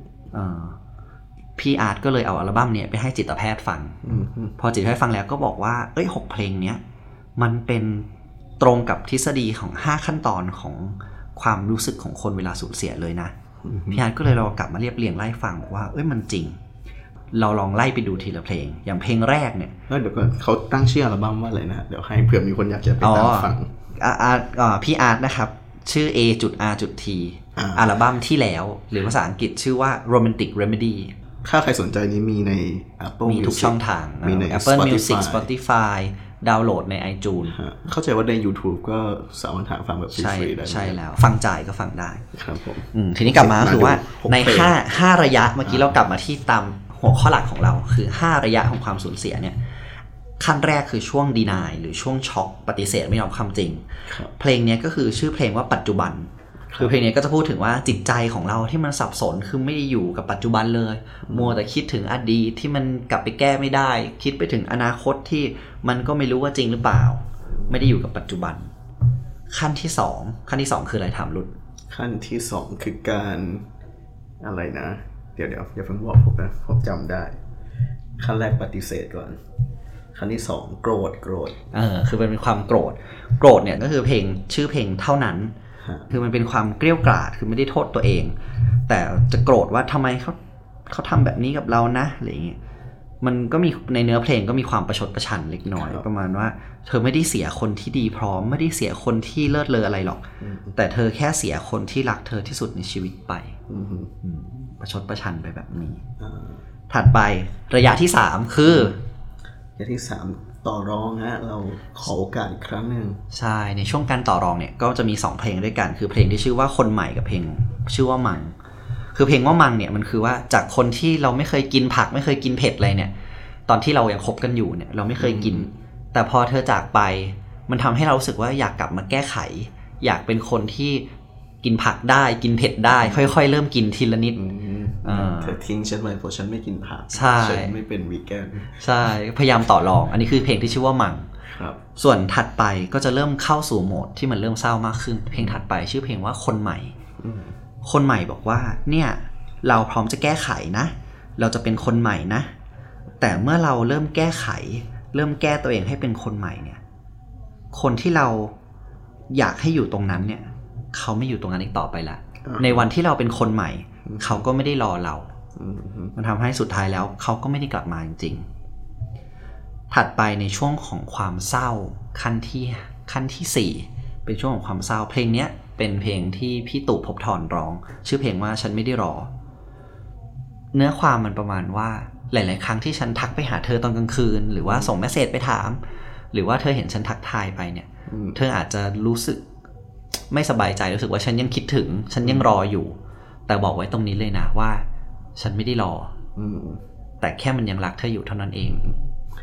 พี่อาร์ตก็เลยเอาอัลบั้มเนี่ยไปให้จิตแพทย์ฟังพอจิตแพทย์ฟังแล้วก็บอกว่า6เพลงเนี้ยมันเป็นตรงกับทฤษฎีของ5ขั้นตอนของความรู้สึกของคนเวลาสูญเสียเลยนะพี่อาร์ตก็เลยเรากลับมาเรียบเรียงไล่ฟังบอกว่ามันจริงเราลองไล่ไปดูทีละเพลงอย่างเพลงแรกเนี่ยเดี๋ยวก่อนเขาตั้งชื่ออัลบั้มว่าอะไรนะเดี๋ยวให้เผื่อมีคนอยากจะไปตามฟังพี่อาร์ตนะครับชื่อ A.R.T อัลบั้มที่แล้วหรือภาษาอังกฤษชื่อว่า Romantic Remedy ถ้าใครสนใจนี้มีใน Apple มีทุกช่องทางมีใน Apple Music Spotify ดาวน์โหลดใน iTunes เข้าใจว่าใน YouTube ก็สามารถหาฟังแบบฟรีๆได้ใช่แล้วฟังจ่ายก็ฟังได้ครับผมทีนี้กลับมาคือว่าใน5ระยะเมื่อกี้เรากลับมาที่ตามหัวข้อหลักของเราคือ5ระยะของความสูญเสียเนี่ยขั้นแรกคือช่วง deny หรือช่วงช็อกปฏิเสธไม่ยอมความจริงเพลงนี้ก็คือชื่อเพลงว่าปัจจุบันคือเพลงนี้ก็จะพูดถึงว่าจิตใจของเราที่มันสับสนคือไม่ได้อยู่กับปัจจุบันเลยมัวแต่คิดถึงอดีตที่มันกลับไปแก้ไม่ได้คิดไปถึงอนาคตที่มันก็ไม่รู้ว่าจริงหรือเปล่าไม่ได้อยู่กับปัจจุบันขั้นที่2คืออะไรถามรุ่นขั้นที่2คือการอะไรนะเดี๋ยวอย่าเพิ่งบอกผมนะผมจำได้ขั้นแรกปฏิเสธก่อนขั้นที่2โกรธคือมันเป็นความโกรธเนี่ยก็คือเพลงชื่อเพลงเท่านั้นคือมันเป็นความเกรี้ยวกราดคือไม่ได้โทษตัวเองแต่จะโกรธว่าทำไมเขาทำแบบนี้กับเรานะอะไรอย่างเงี้ยมันก็มีในเนื้อเพลงก็มีความประชดประชันเล็กน้อยประมาณว่าเธอไม่ได้เสียคนที่ดีพร้อมไม่ได้เสียคนที่เลิศเลออะไรหรอกแต่เธอแค่เสียคนที่รักเธอที่สุดในชีวิตไปประชดประชันไปแบบนี้ถัดไประยะที่3คือระยะที่3ต่อรองฮะเราขอโอกาสอีกครั้งนึงใช่ในช่วงการต่อรองเนี่ยก็จะมี2เพลงด้วยกันคือเพลงที่ชื่อว่าคนใหม่กับเพลงชื่อว่ามังคือเพลงว่ามังเนี่ยมันคือว่าจากคนที่เราไม่เคยกินผักไม่เคยกินเผ็ดอะไรเนี่ยตอนที่เรายังคบกันอยู่เนี่ยเราไม่เคยกินแต่พอเธอจากไปมันทำให้เรารู้สึกว่าอยากกลับมาแก้ไขอยากเป็นคนที่กินผักได้กินเผ็ดได้ค่อยๆเริ่มกินทีละนิดเธอทิ้งฉันไว้เพราะฉันไม่กินผักฉันไม่เป็นวีแกนใช่พยายามต่อรองอันนี้คือเพลงที่ชื่อว่ามังส่วนถัดไปก็จะเริ่มเข้าสู่โหมดที่มันเริ่มเศร้ามากขึ้นเพลงถัดไปชื่อเพลงว่าคนใหม่คนใหม่บอกว่าเนี่ยเราพร้อมจะแก้ไขนะเราจะเป็นคนใหม่นะแต่เมื่อเราเริ่มแก้ไขเริ่มแก้ตัวเองให้เป็นคนใหม่เนี่ยคนที่เราอยากให้อยู่ตรงนั้นเนี่ยเขาไม่อยู่ตรงนั้นอีกต่อไปละในวันที่เราเป็นคนใหม่เขาก็ไม่ได้รอเรามันทำให้สุดท้ายแล้วเขาก็ไม่ได้กลับมาจริงๆถัดไปในช่วงของความเศร้าขั้นที่4เป็นช่วงของความเศร้าเพลงนี้เป็นเพลงที่พี่ตู่ภพธรร้องชื่อเพลงว่าฉันไม่ได้รอเนื้อความมันประมาณว่าหลายๆครั้งที่ฉันทักไปหาเธอตอนกลางคืนหรือว่าส่งเมสเสจไปถามหรือว่าเธอเห็นฉันทักทายไปเนี่ยเธออาจจะรู้สึกไม่สบายใจรู้สึกว่าฉันยังคิดถึงฉันยังรออยู่แต่บอกไว้ตรงนี้เลยนะว่าฉันไม่ได้รอแต่แค่มันยังรักเธออยู่เท่านั้นเอง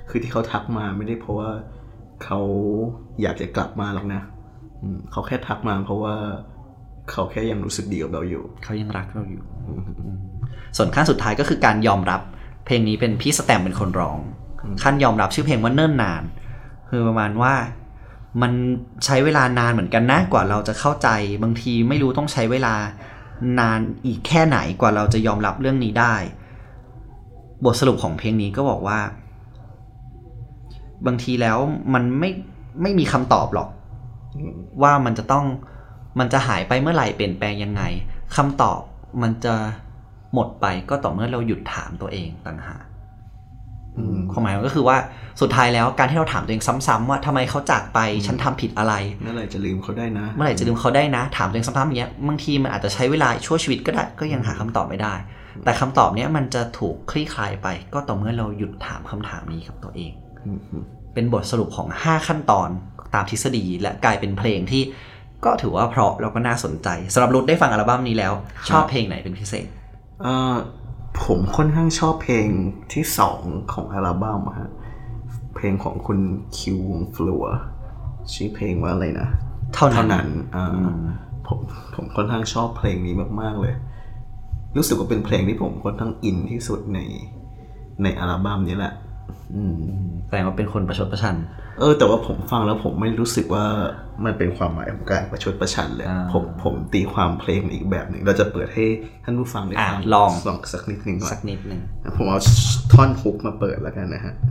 คือที่เขาทักมาไม่ได้เพราะว่าเขาอยากจะกลับมาหรอกนะเขาแค่ทักมาเพราะว่าเขาแค่ยังรู้สึกดีกับเราอยู่เขายังรักเราอยู่ส่วนขั้นสุดท้ายก็คือการยอมรับเพลงนี้เป็นพี่สแตมเป็นคนร้องขั้นยอมรับชื่อเพลงว่าเนิ่นนานคือประมาณว่ามันใช้เวลานานเหมือนกันนะกว่าเราจะเข้าใจบางทีไม่รู้ต้องใช้เวลานานอีกแค่ไหนกว่าเราจะยอมรับเรื่องนี้ได้บทสรุปของเพลงนี้ก็บอกว่าบางทีแล้วมันไม่มีคำตอบหรอกว่ามันจะหายไปเมื่อไหร่เปลี่ยนแปลงยังไงคำตอบมันจะหมดไปก็ต่อเมื่อเราหยุดถามตัวเองต่างหากความหมายมันก็คือว่าสุดท้ายแล้วการที่เราถามตัวเองซ้ำๆว่าทำไมเขาจากไปฉันทำผิดอะไรเมื่อไหร่จะลืมเขาได้นะถามตัวเองซ้ำๆอย่างเงี้ยบางทีมันอาจจะใช้เวลาชั่วชีวิตก็ได้ก็ยังหาคำตอบไม่ได้แต่คำตอบเนี้ยมันจะถูกคลี่คลายไปก็ต่อเมื่อเราหยุดถามคำถามนี้กับตัวเองเป็นบทสรุปของ5ขั้นตอนตามทฤษฎีและกลายเป็นเพลงที่ก็ถือว่าเพราะแล้วก็น่าสนใจสำหรับรุทได้ฟังอัลบั้มนี้แล้วชอบเพลงไหนเป็นพิเศษผมค่อนข้างชอบเพลงที่2ของอัลบั้มฮะเพลงของคุณคิววงฟลัวชื่อเพลงว่าอะไรนะเท่านั้นผมค่อนข้างชอบเพลงนี้มากๆเลยรู้สึกว่าเป็นเพลงที่ผมค่อนข้างอินที่สุดในอัลบั้มนี้แหละแสดงว่าเป็นคนประชดประชันแต่ว่าผมฟังแล้วผมไม่รู้สึกว่ามันเป็นความหมายของการประชดประชันเลยผมตีความเพลงอีกแบบหนึ่งเราจะเปิดให้ท่านผู้ฟังได้ฟังลองสักนิดนึงก่อนสักนิดนึงผมเอาท่อนฮุกมาเปิดแล้วกันนะฮะ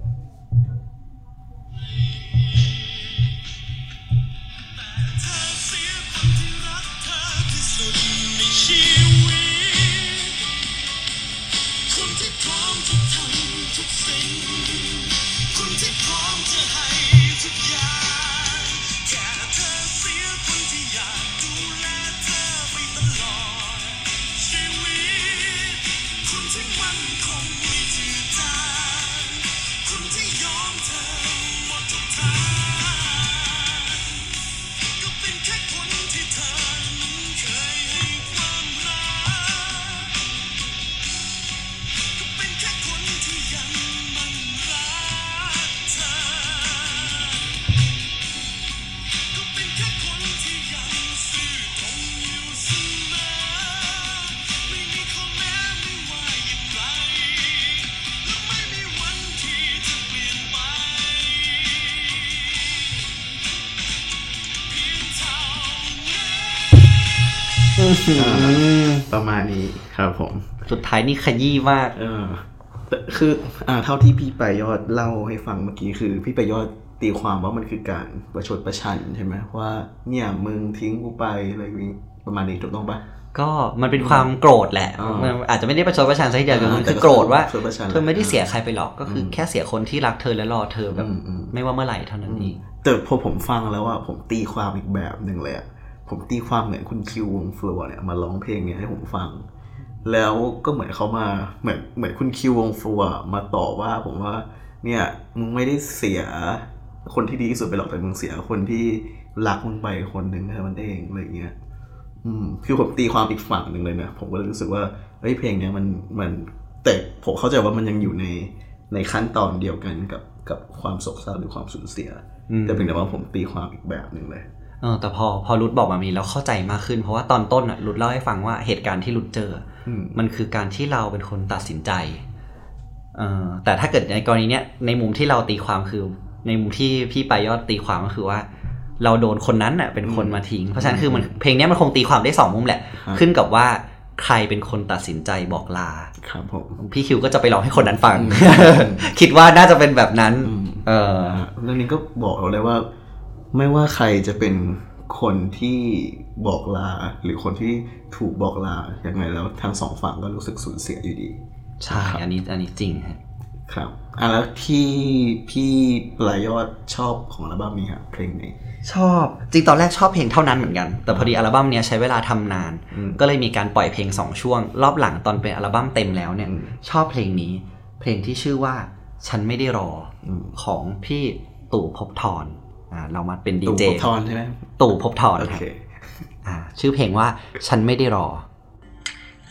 ประมาณนี้ครับผมสุดท้ายนี่ขยี้มากคือเท่าที่พี่ไปยอดเล่าให้ฟังเมื่อกี้คือพี่ไปยอดตีความว่ามันคือการประชดประชันใช่ไหมว่าเนี่ยมึงทิ้งกูไปอะไรอย่างนี้ประมาณนี้ถูกต้องปะก็มันเป็นความโกรธแหละมันอาจจะไม่ได้ประชดประชันซะทีเดียวมันคือโกรธว่าเธอไม่ได้เสียใครไปหรอกก็คือแค่เสียคนที่รักเธอและรอเธอแบบไม่ว่าเมื่อไหร่เท่านั้นเองแต่พอผมฟังแล้วอ่ะผมตีความอีกแบบนึงเลยผมตีความเหมือนคุณคิววงฟลัวเนี่ยมาร้องเพลงนี้ให้ผมฟังแล้วก็เหมือนเขามาเหมือนคุณคิววงฟลัวมาต่อว่าผมว่าเนี่ยมึงไม่ได้เสียคนที่ดีที่สุดไปหรอกแต่มึงเสียคนที่รักมึงไปคนหนึ่งแค่นั้นเองอะไรเงี้ยคือผมตีความอีกฝั่งหนึ่งเลยนะผมก็เลยรู้สึกว่าเพลงนี้มันแต่ผมเข้าใจว่ามันยังอยู่ในขั้นตอนเดียวกันกับความโศกเศร้าหรือความสูญเสียแต่เพียงแต่ว่าผมตีความอีกแบบนึงเลยแต่พอรุทบอกมามีแล้วเข้าใจมากขึ้นเพราะว่าตอนต้นรุทเล่าให้ฟังว่าเหตุการณ์ที่รุทเจอมันคือการที่เราเป็นคนตัดสินใจแต่ถ้าเกิดในกรณีเนี้ยในมุมที่เราตีความคือในมุมที่พี่ไปยอดตีความก็คือว่าเราโดนคนนั้นเป็นคนมาทิ้งเพราะฉะนั้นคือมันเพลงนี้มันคงตีความได้2มุมแหละขึ้นกับว่าใครเป็นคนตัดสินใจบอกลาครับผมพี่คิวก็จะไปร้องให้คนนั้นฟัง คิดว่าน่าจะเป็นแบบนั้นเรื่องนี้ก็บอกเราเลยว่าไม่ว่าใครจะเป็นคนที่บอกลาหรือคนที่ถูกบอกลาอย่างไรแล้วทั้ง2ฝั่งก็รู้สึกสูญเสียอยู่ดีใช่อันนี้จริงครับแล้วที่พี่ปลายยอดชอบของอัลบั้มนี้ครับเพลงนี้ชอบจริงตอนแรกชอบเพลงเท่านั้นเหมือนกันแต่พอดีอัลบั้มนี้ใช้เวลาทำนานก็เลยมีการปล่อยเพลง2ช่วงรอบหลังตอนเป็นอัลบั้มเต็มแล้วเนี่ยชอบเพลงนี้เพลงที่ชื่อว่าฉันไม่ได้รอของพี่ตู่ภพธรเรามาเป็นดีเจตู่ภพธรใช่ไหมตู่ภพธรครับชื่อเพลงว่าฉันไม่ได้รอ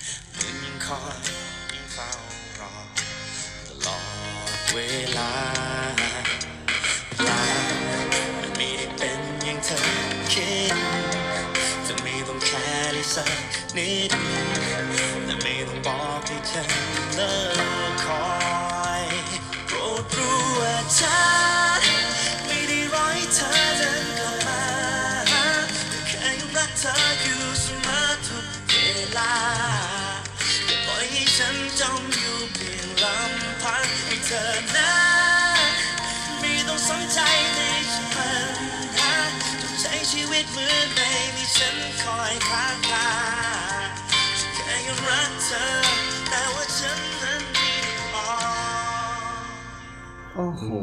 เวลาสักนิดและไม่ต้องบอกให้ฉันเลิกคอยโปรดรู้ว่าฉันไม่ได้รอให้เธอเดินเข้ามาแค่ยังรักเธออยู่เสมอทุกเวลาอย่าปล่อยให้ฉันจมอยู่เพียงลำพังให้เธอนั้นไม่ต้องสนใจในปัญหาต้องใช้ชีวิตเหมือนในที่ฉันคอยค้างคาฉันแค่ยังรักเธอแต่ว่าฉันนั้นไม่พอโอ้โห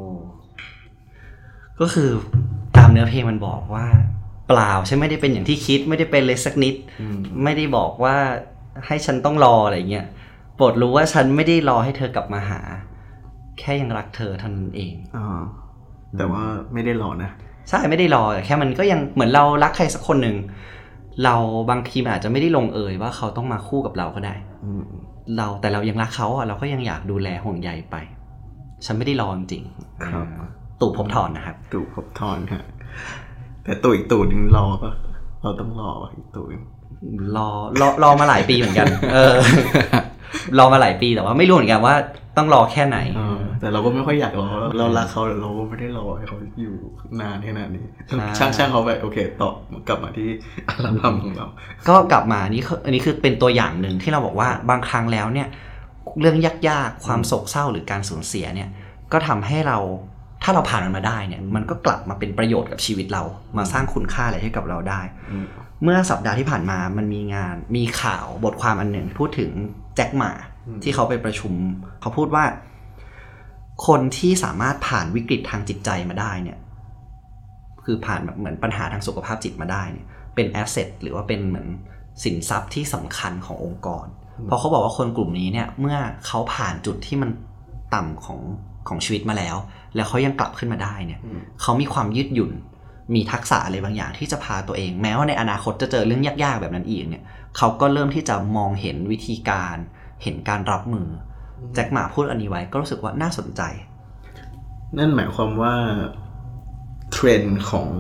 ก็คือตามเนื้อเพลงมันบอกว่าเปล่าฉันไม่ได้เป็นอย่างที่คิดไม่ได้เป็นเลยสักนิดไม่ได้บอกว่าให้ฉันต้องรออะไรเงี้ยโปรดรู้ว่าฉันไม่ได้รอให้เธอกลับมาหาแค่ยังรักเธอเท่านั้นเองแต่ว่าไม่ได้รอนะใช่ไม่ได้รอแต่แค่มันก็ยังเหมือนเรารักใครสักคนหนึ่งเราบางทีมันอาจจะไม่ได้ลงเอยว่าเขาต้องมาคู่กับเราก็ได้แต่เรายังรักเขาเราก็ยังอยากดูแลห่วงใยไปฉันไม่ได้รอจริงๆครับตู่ภพบทรนะครับตู่ภพบทรฮะแต่ตู่อีกตู่นึงรอป่ะเราต้องรอป่ะอีกตู่รอมาหลายปีเหมือนกันรอมาหลายปีแต่ว่าไม่รู้เหมือนกันว่าต้องรอแค่ไหนแต่เราก็ไม่ค่อยอยากรอเรารักเขาแต่เราก็ไม่ได้รอให้เขาอยู่นานขนาดนี้ช่างเขาไปโอเคต่อกลับมาที่อัลบั้มของเราก็กลับมาอันนี้คือเป็นตัวอย่างหนึ่งที่เราบอกว่าบางครั้งแล้วเนี่ยเรื่องยากๆความโศกเศร้าหรือการสูญเสียเนี่ยก็ทำให้เราถ้าเราผ่านมันมาได้เนี่ยมันก็กลับมาเป็นประโยชน์กับชีวิตเรามาสร้างคุณค่าอะไรให้กับเราได้เมื่อสัปดาห์ที่ผ่านมามันมีข่าวบทความอันหนึ่งพูดถึงแจ็คหม่าที่เขาไปประชุมเขาพูดว่าคนที่สามารถผ่านวิกฤตทางจิตใจมาได้เนี่ยคือผ่านแบบเหมือนปัญหาทางสุขภาพจิตมาได้เนี่ยเป็นแอสเซทหรือว่าเป็นเหมือนสินทรัพย์ที่สำคัญขององค์กรเพราะเขาบอกว่าคนกลุ่มนี้เนี่ยเมื่อเขาผ่านจุดที่มันต่ำของชีวิตมาแล้วเขายังกลับขึ้นมาได้เนี่ยเขามีความยืดหยุ่นมีทักษะอะไรบางอย่างที่จะพาตัวเองแม้ว่าในอนาคตจะเจอเรื่องยากๆแบบนั้นอีกเนี่ยเขาก็เริ่มที่จะมองเห็นวิธีการเห็นการรับมือแจ็คหม่าพูดอันนี้ไว้ก็รู้สึกว่าน่าสนใจนั่นหมายความว่าเทรนด์ของ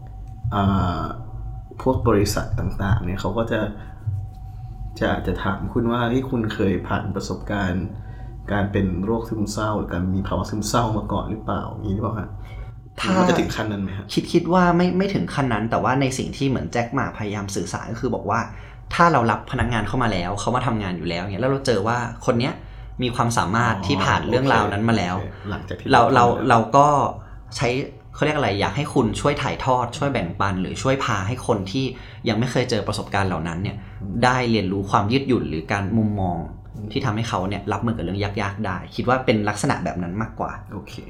พวกบริษัทต่างๆเนี่ยเขาก็จะถามคุณว่าที่คุณเคยผ่านประสบการณ์การเป็นโรคซึมเศร้าหรือการมีภาวะซึมเศร้ามาก่อนหรือเปล่าอย่างนี้หรือเปล่าฮะถ้าจะถึงขั้นนั้นไหมครับคิดว่าไม่ถึงขั้นนั้นแต่ว่าในสิ่งที่เหมือนแจ็คหม่าพยายามสื่อสารก็คือบอกว่าถ้าเรารับพนักงานเข้ามาแล้วเขามาทำงานอยู่แล้วเนี่ยแล้วเราเจอว่าคนเนี้ยมีความสามารถที่ผ่านเรื่องราวนั้นมาแล้วเราก็ใช้เขาเรียกอะไรอยากให้คุณช่วยถ่ายทอดช่วยแบ่งปันหรือช่วยพาให้คนที่ยังไม่เคยเจอประสบการณ์เหล่านั้นเนี่ยได้เรียนรู้ความยืดหยุ่นหรือการมุมมองที่ทำให้เขาเนี่ยรับมือกับเรื่องยากๆได้คิดว่าเป็นลักษณะแบบนั้นมากกว่าโอเค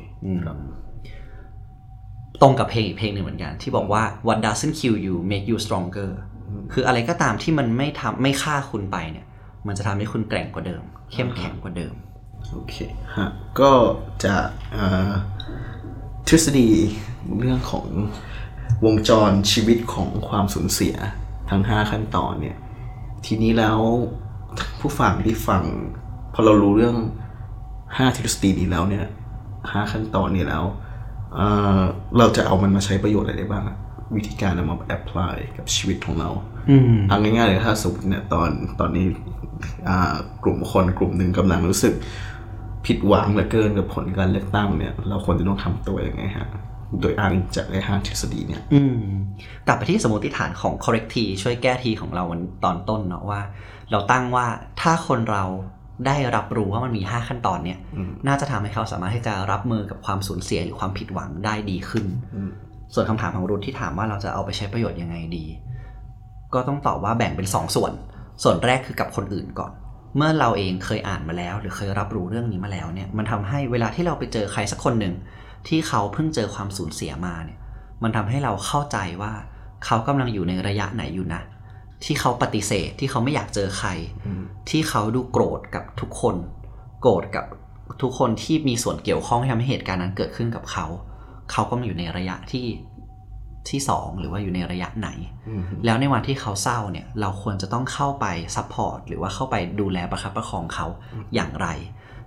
ตรงกับเพลงอีกเพลงหนึ่งเหมือนกันที่บอกว่า What doesn't kill you make you stronger คืออะไรก็ตามที่มันไม่ฆ่าคุณไปเนี่ยมันจะทำให้คุณแกร่งกว่าเดิมเข้มแข็งกว่าเดิมโอเคฮะก็จะทฤษฎีเรื่องของวงจรชีวิตของความสูญเสียทั้ง5ขั้นตอนเนี่ยทีนี้แล้วผู้ฟังที่ฟังพอเรารู้เรื่อง5ทฤษฎีนี้แล้วเนี่ย5ขั้นตอนนี้แล้วเราจะเอามันมาใช้ประโยชน์อะไรได้บ้างวิธีการนำมาแอพพลายกับชีวิตของเราเอาง่ายๆเลยถ้าสมมติเนี่ยตอนนี้กลุ่มคนกลุ่มหนึ่งกำลังรู้สึกผิดหวังเหลือเกินกับผลการเลือกตั้งเนี่ยเราควรจะต้องทำตัวยังไงฮะโดยอ้างจากไอ้5ทฤษฎีเนี่ยกลับไปที่สมมติฐานของ correct T ช่วยแก้ทีของเราตอนต้นเนาะว่าเราตั้งว่าถ้าคนเราได้รับรู้ว่ามันมี5ขั้นตอนเนี่ยน่าจะทำให้เขาสามารถที่จะรับมือกับความสูญเสียหรือความผิดหวังได้ดีขึ้นส่วนคำถามของรุ่นที่ถามว่าเราจะเอาไปใช้ประโยชน์ยังไงดีก็ต้องตอบว่าแบ่งเป็น2ส่วนแรกคือกับคนอื่นก่อนเมื่อเราเองเคยอ่านมาแล้วหรือเคยรับรู้เรื่องนี้มาแล้วเนี่ยมันทำให้เวลาที่เราไปเจอใครสักคนหนึ่งที่เขาเพิ่งเจอความสูญเสียมาเนี่ยมันทำให้เราเข้าใจว่าเขากำลังอยู่ในระยะไหนอยู่นะที่เขาปฏิเสธที่เขาไม่อยากเจอใครที่เขาดูโกรธกับทุกคนโกรธกับทุกคนที่มีส่วนเกี่ยวข้องที่ทำให้เหตุการณ์นั้นเกิดขึ้นกับเขาก็มาอยู่ในระยะที่2หรือว่าอยู่ในระยะไหนแล้วในวันที่เขาเศร้าเนี่ยเราควรจะต้องเข้าไปซัพพอร์ตหรือว่าเข้าไปดูแลประคับประคองเขาอย่างไร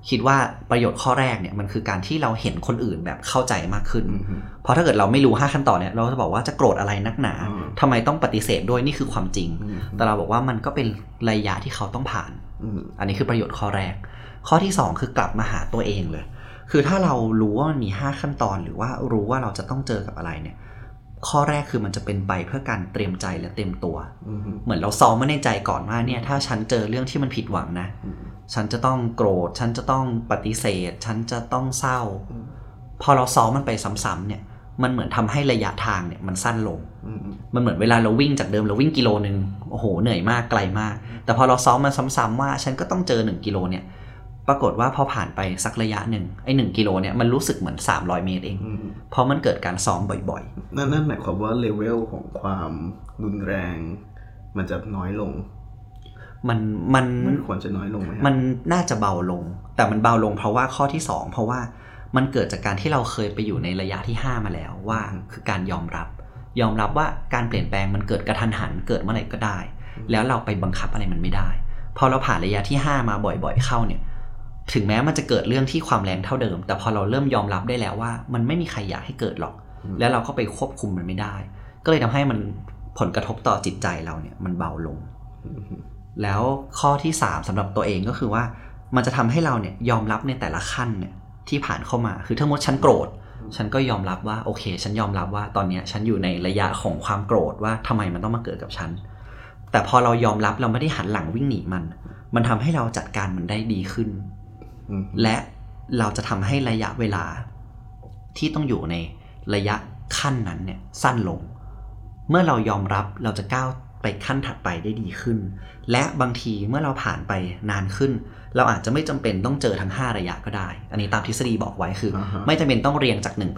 คิดว่าประโยชน์ข้อแรกเนี่ยมันคือการที่เราเห็นคนอื่นแบบเข้าใจมากขึ้นเพราะถ้าเกิดเราไม่รู้5ขั้นตอนเนี่ยเราจะบอกว่าจะโกรธอะไรนักหนาทำไมต้องปฏิเสธด้วยนี่คือความจริงแต่เราบอกว่ามันก็เป็นระยะที่เขาต้องผ่านอันนี้คือประโยชน์ข้อแรกข้อที่2คือกลับมาหาตัวเองเลยคือถ้าเรารู้ว่ามันมี5ขั้นตอนหรือว่ารู้ว่าเราจะต้องเจอกับอะไรเนี่ยข้อแรกคือมันจะเป็นไปเพื่อการเตรียมใจและเตรียมตัวเหมือนเราซ้อมไว้ในใจก่อนว่าเนี่ยถ้าฉันเจอเรื่องที่มันผิดหวังนะฉันจะต้องโกรธฉันจะต้องปฏิเสธฉันจะต้องเศร้าพอเราซ้อมมันไปซ้ำๆเนี่ยมันเหมือนทำให้ระยะทางเนี่ยมันสั้นลงมันเหมือนเวลาเราวิ่งจากเดิมเราวิ่งกิโลนึงโอ้โหเหนื่อยมากไกลมากแต่พอเราซ้อมมันซ้ำๆว่าฉันก็ต้องเจอ1กิโลเนี่ยปรากฏว่าพอผ่านไปสักระยะหนึ่งไอ้1กิโลเนี่ยมันรู้สึกเหมือน300เมตรเองเพราะมันเกิดการซ้อมบ่อยๆนั่นหมายความว่าเลเวลของความรุนแรงมันจะน้อยลงมันควรจะน้อยลงไหมมันน่าจะเบาลงแต่มันเบาลงเพราะว่าข้อที่2เพราะว่ามันเกิดจากการที่เราเคยไปอยู่ในระยะที่5มาแล้วว่าคือการยอมรับว่าการเปลี่ยนแปลงมันเกิดกระทันหันเกิดเมื่อไหร่ก็ได้แล้วเราไปบังคับอะไรมันไม่ได้พอเราผ่านระยะที่5มาบ่อยๆเข้าเนี่ยถึงแม้มันจะเกิดเรื่องที่ความแรงเท่าเดิมแต่พอเราเริ่มยอมรับได้แล้วว่ามันไม่มีใครอยากให้เกิดหรอกแล้วเราก็ไปควบคุมมันไม่ได้ก็เลยทำให้มันผลกระทบต่อจิตใจเราเนี่ยมันเบาลงแล้วข้อที่3สำหรับตัวเองก็คือว่ามันจะทำให้เราเนี่ยยอมรับในแต่ละขั้นเนี่ยที่ผ่านเข้ามาคือถ้าสมมติฉันโกรธฉันก็ยอมรับว่าโอเคฉันยอมรับว่าตอนนี้ฉันอยู่ในระยะของความโกรธว่าทำไมมันต้องมาเกิดกับฉันแต่พอเรายอมรับเราไม่ได้หันหลังวิ่งหนีมันทำให้เราจัดการมันได้ดีขึ้นและเราจะทำให้ระยะเวลาที่ต้องอยู่ในระยะขั้นนั้นเนี่ยสั้นลงเมื่อเรายอมรับเราจะก้าวไปขั้นถัดไปได้ดีขึ้นและบางทีเมื่อเราผ่านไปนานขึ้นเราอาจจะไม่จำเป็นต้องเจอทั้ง5ระยะก็ได้อันนี้ตามทฤษฎีบอกไว้คือไม่จำเป็นต้องเรียงจาก1ไป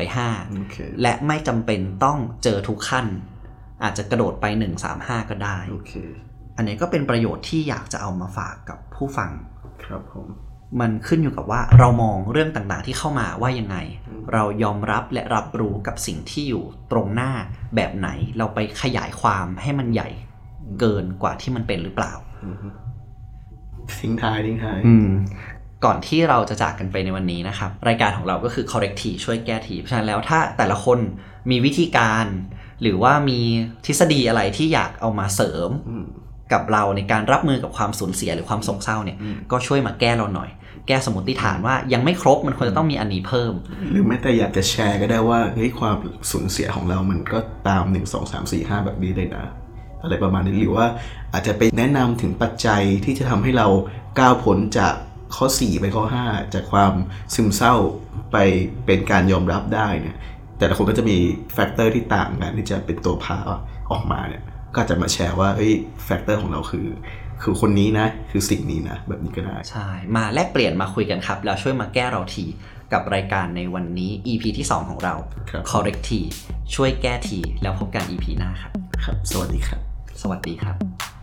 5และไม่จำเป็นต้องเจอทุกขั้นอาจจะกระโดดไป1 3 5ก็ได้อันนี้ก็เป็นประโยชน์ที่อยากจะเอามาฝากกับผู้ฟังครับผมมันขึ้นอยู่กับว่าเรามองเรื่องต่างๆที่เข้ามาว่ายังไงเรายอมรับและรับรู้กับสิ่งที่อยู่ตรงหน้าแบบไหนเราไปขยายความให้มันใหญ่เกินกว่าที่มันเป็นหรือเปล่าทิ้งท้ายก่อนที่เราจะจากกันไปในวันนี้นะครับรายการของเราก็คือ correct ทีช่วยแก้ทีเพราะฉะนั้นแล้วถ้าแต่ละคนมีวิธีการหรือว่ามีทฤษฎีอะไรที่อยากเอามาเสริมกับเราในการรับมือกับความสูญเสียหรือความโศกเศร้าเนี่ยก็ช่วยมาแก้เราหน่อยแก้สมมติฐานว่ายังไม่ครบมันควรจะต้องมีอันนี้เพิ่มหรือแม้แต่อยากจะแชร์ก็ได้ว่าเฮ้ยความสูญเสียของเรามันก็ตาม1 2 3 4 5แบบนี้เลยนะอะไรประมาณนี้หรือว่าอาจจะไปแนะนำถึงปัจจัยที่จะทำให้เราก้าวพ้นจากข้อ4ไปข้อ5จากความซึมเศร้าไปเป็นการยอมรับได้เนี่ยแต่ละคนก็จะมีแฟกเตอร์ที่ต่างกันที่จะเป็นตัวพาออกมาเนี่ยก็จะมาแชร์ว่าเฮ้ยแฟกเตอร์ของเราคือคนนี้นะคือสิ่งนี้นะแบบนี้ก็ได้ใช่มาแลกเปลี่ยนมาคุยกันครับแล้วช่วยมาแก้เราทีกับรายการในวันนี้ EP ที่2ของเรา Correct ทีช่วยแก้ทีแล้วพบกัน EP หน้าครับครับสวัสดีครับสวัสดีครับ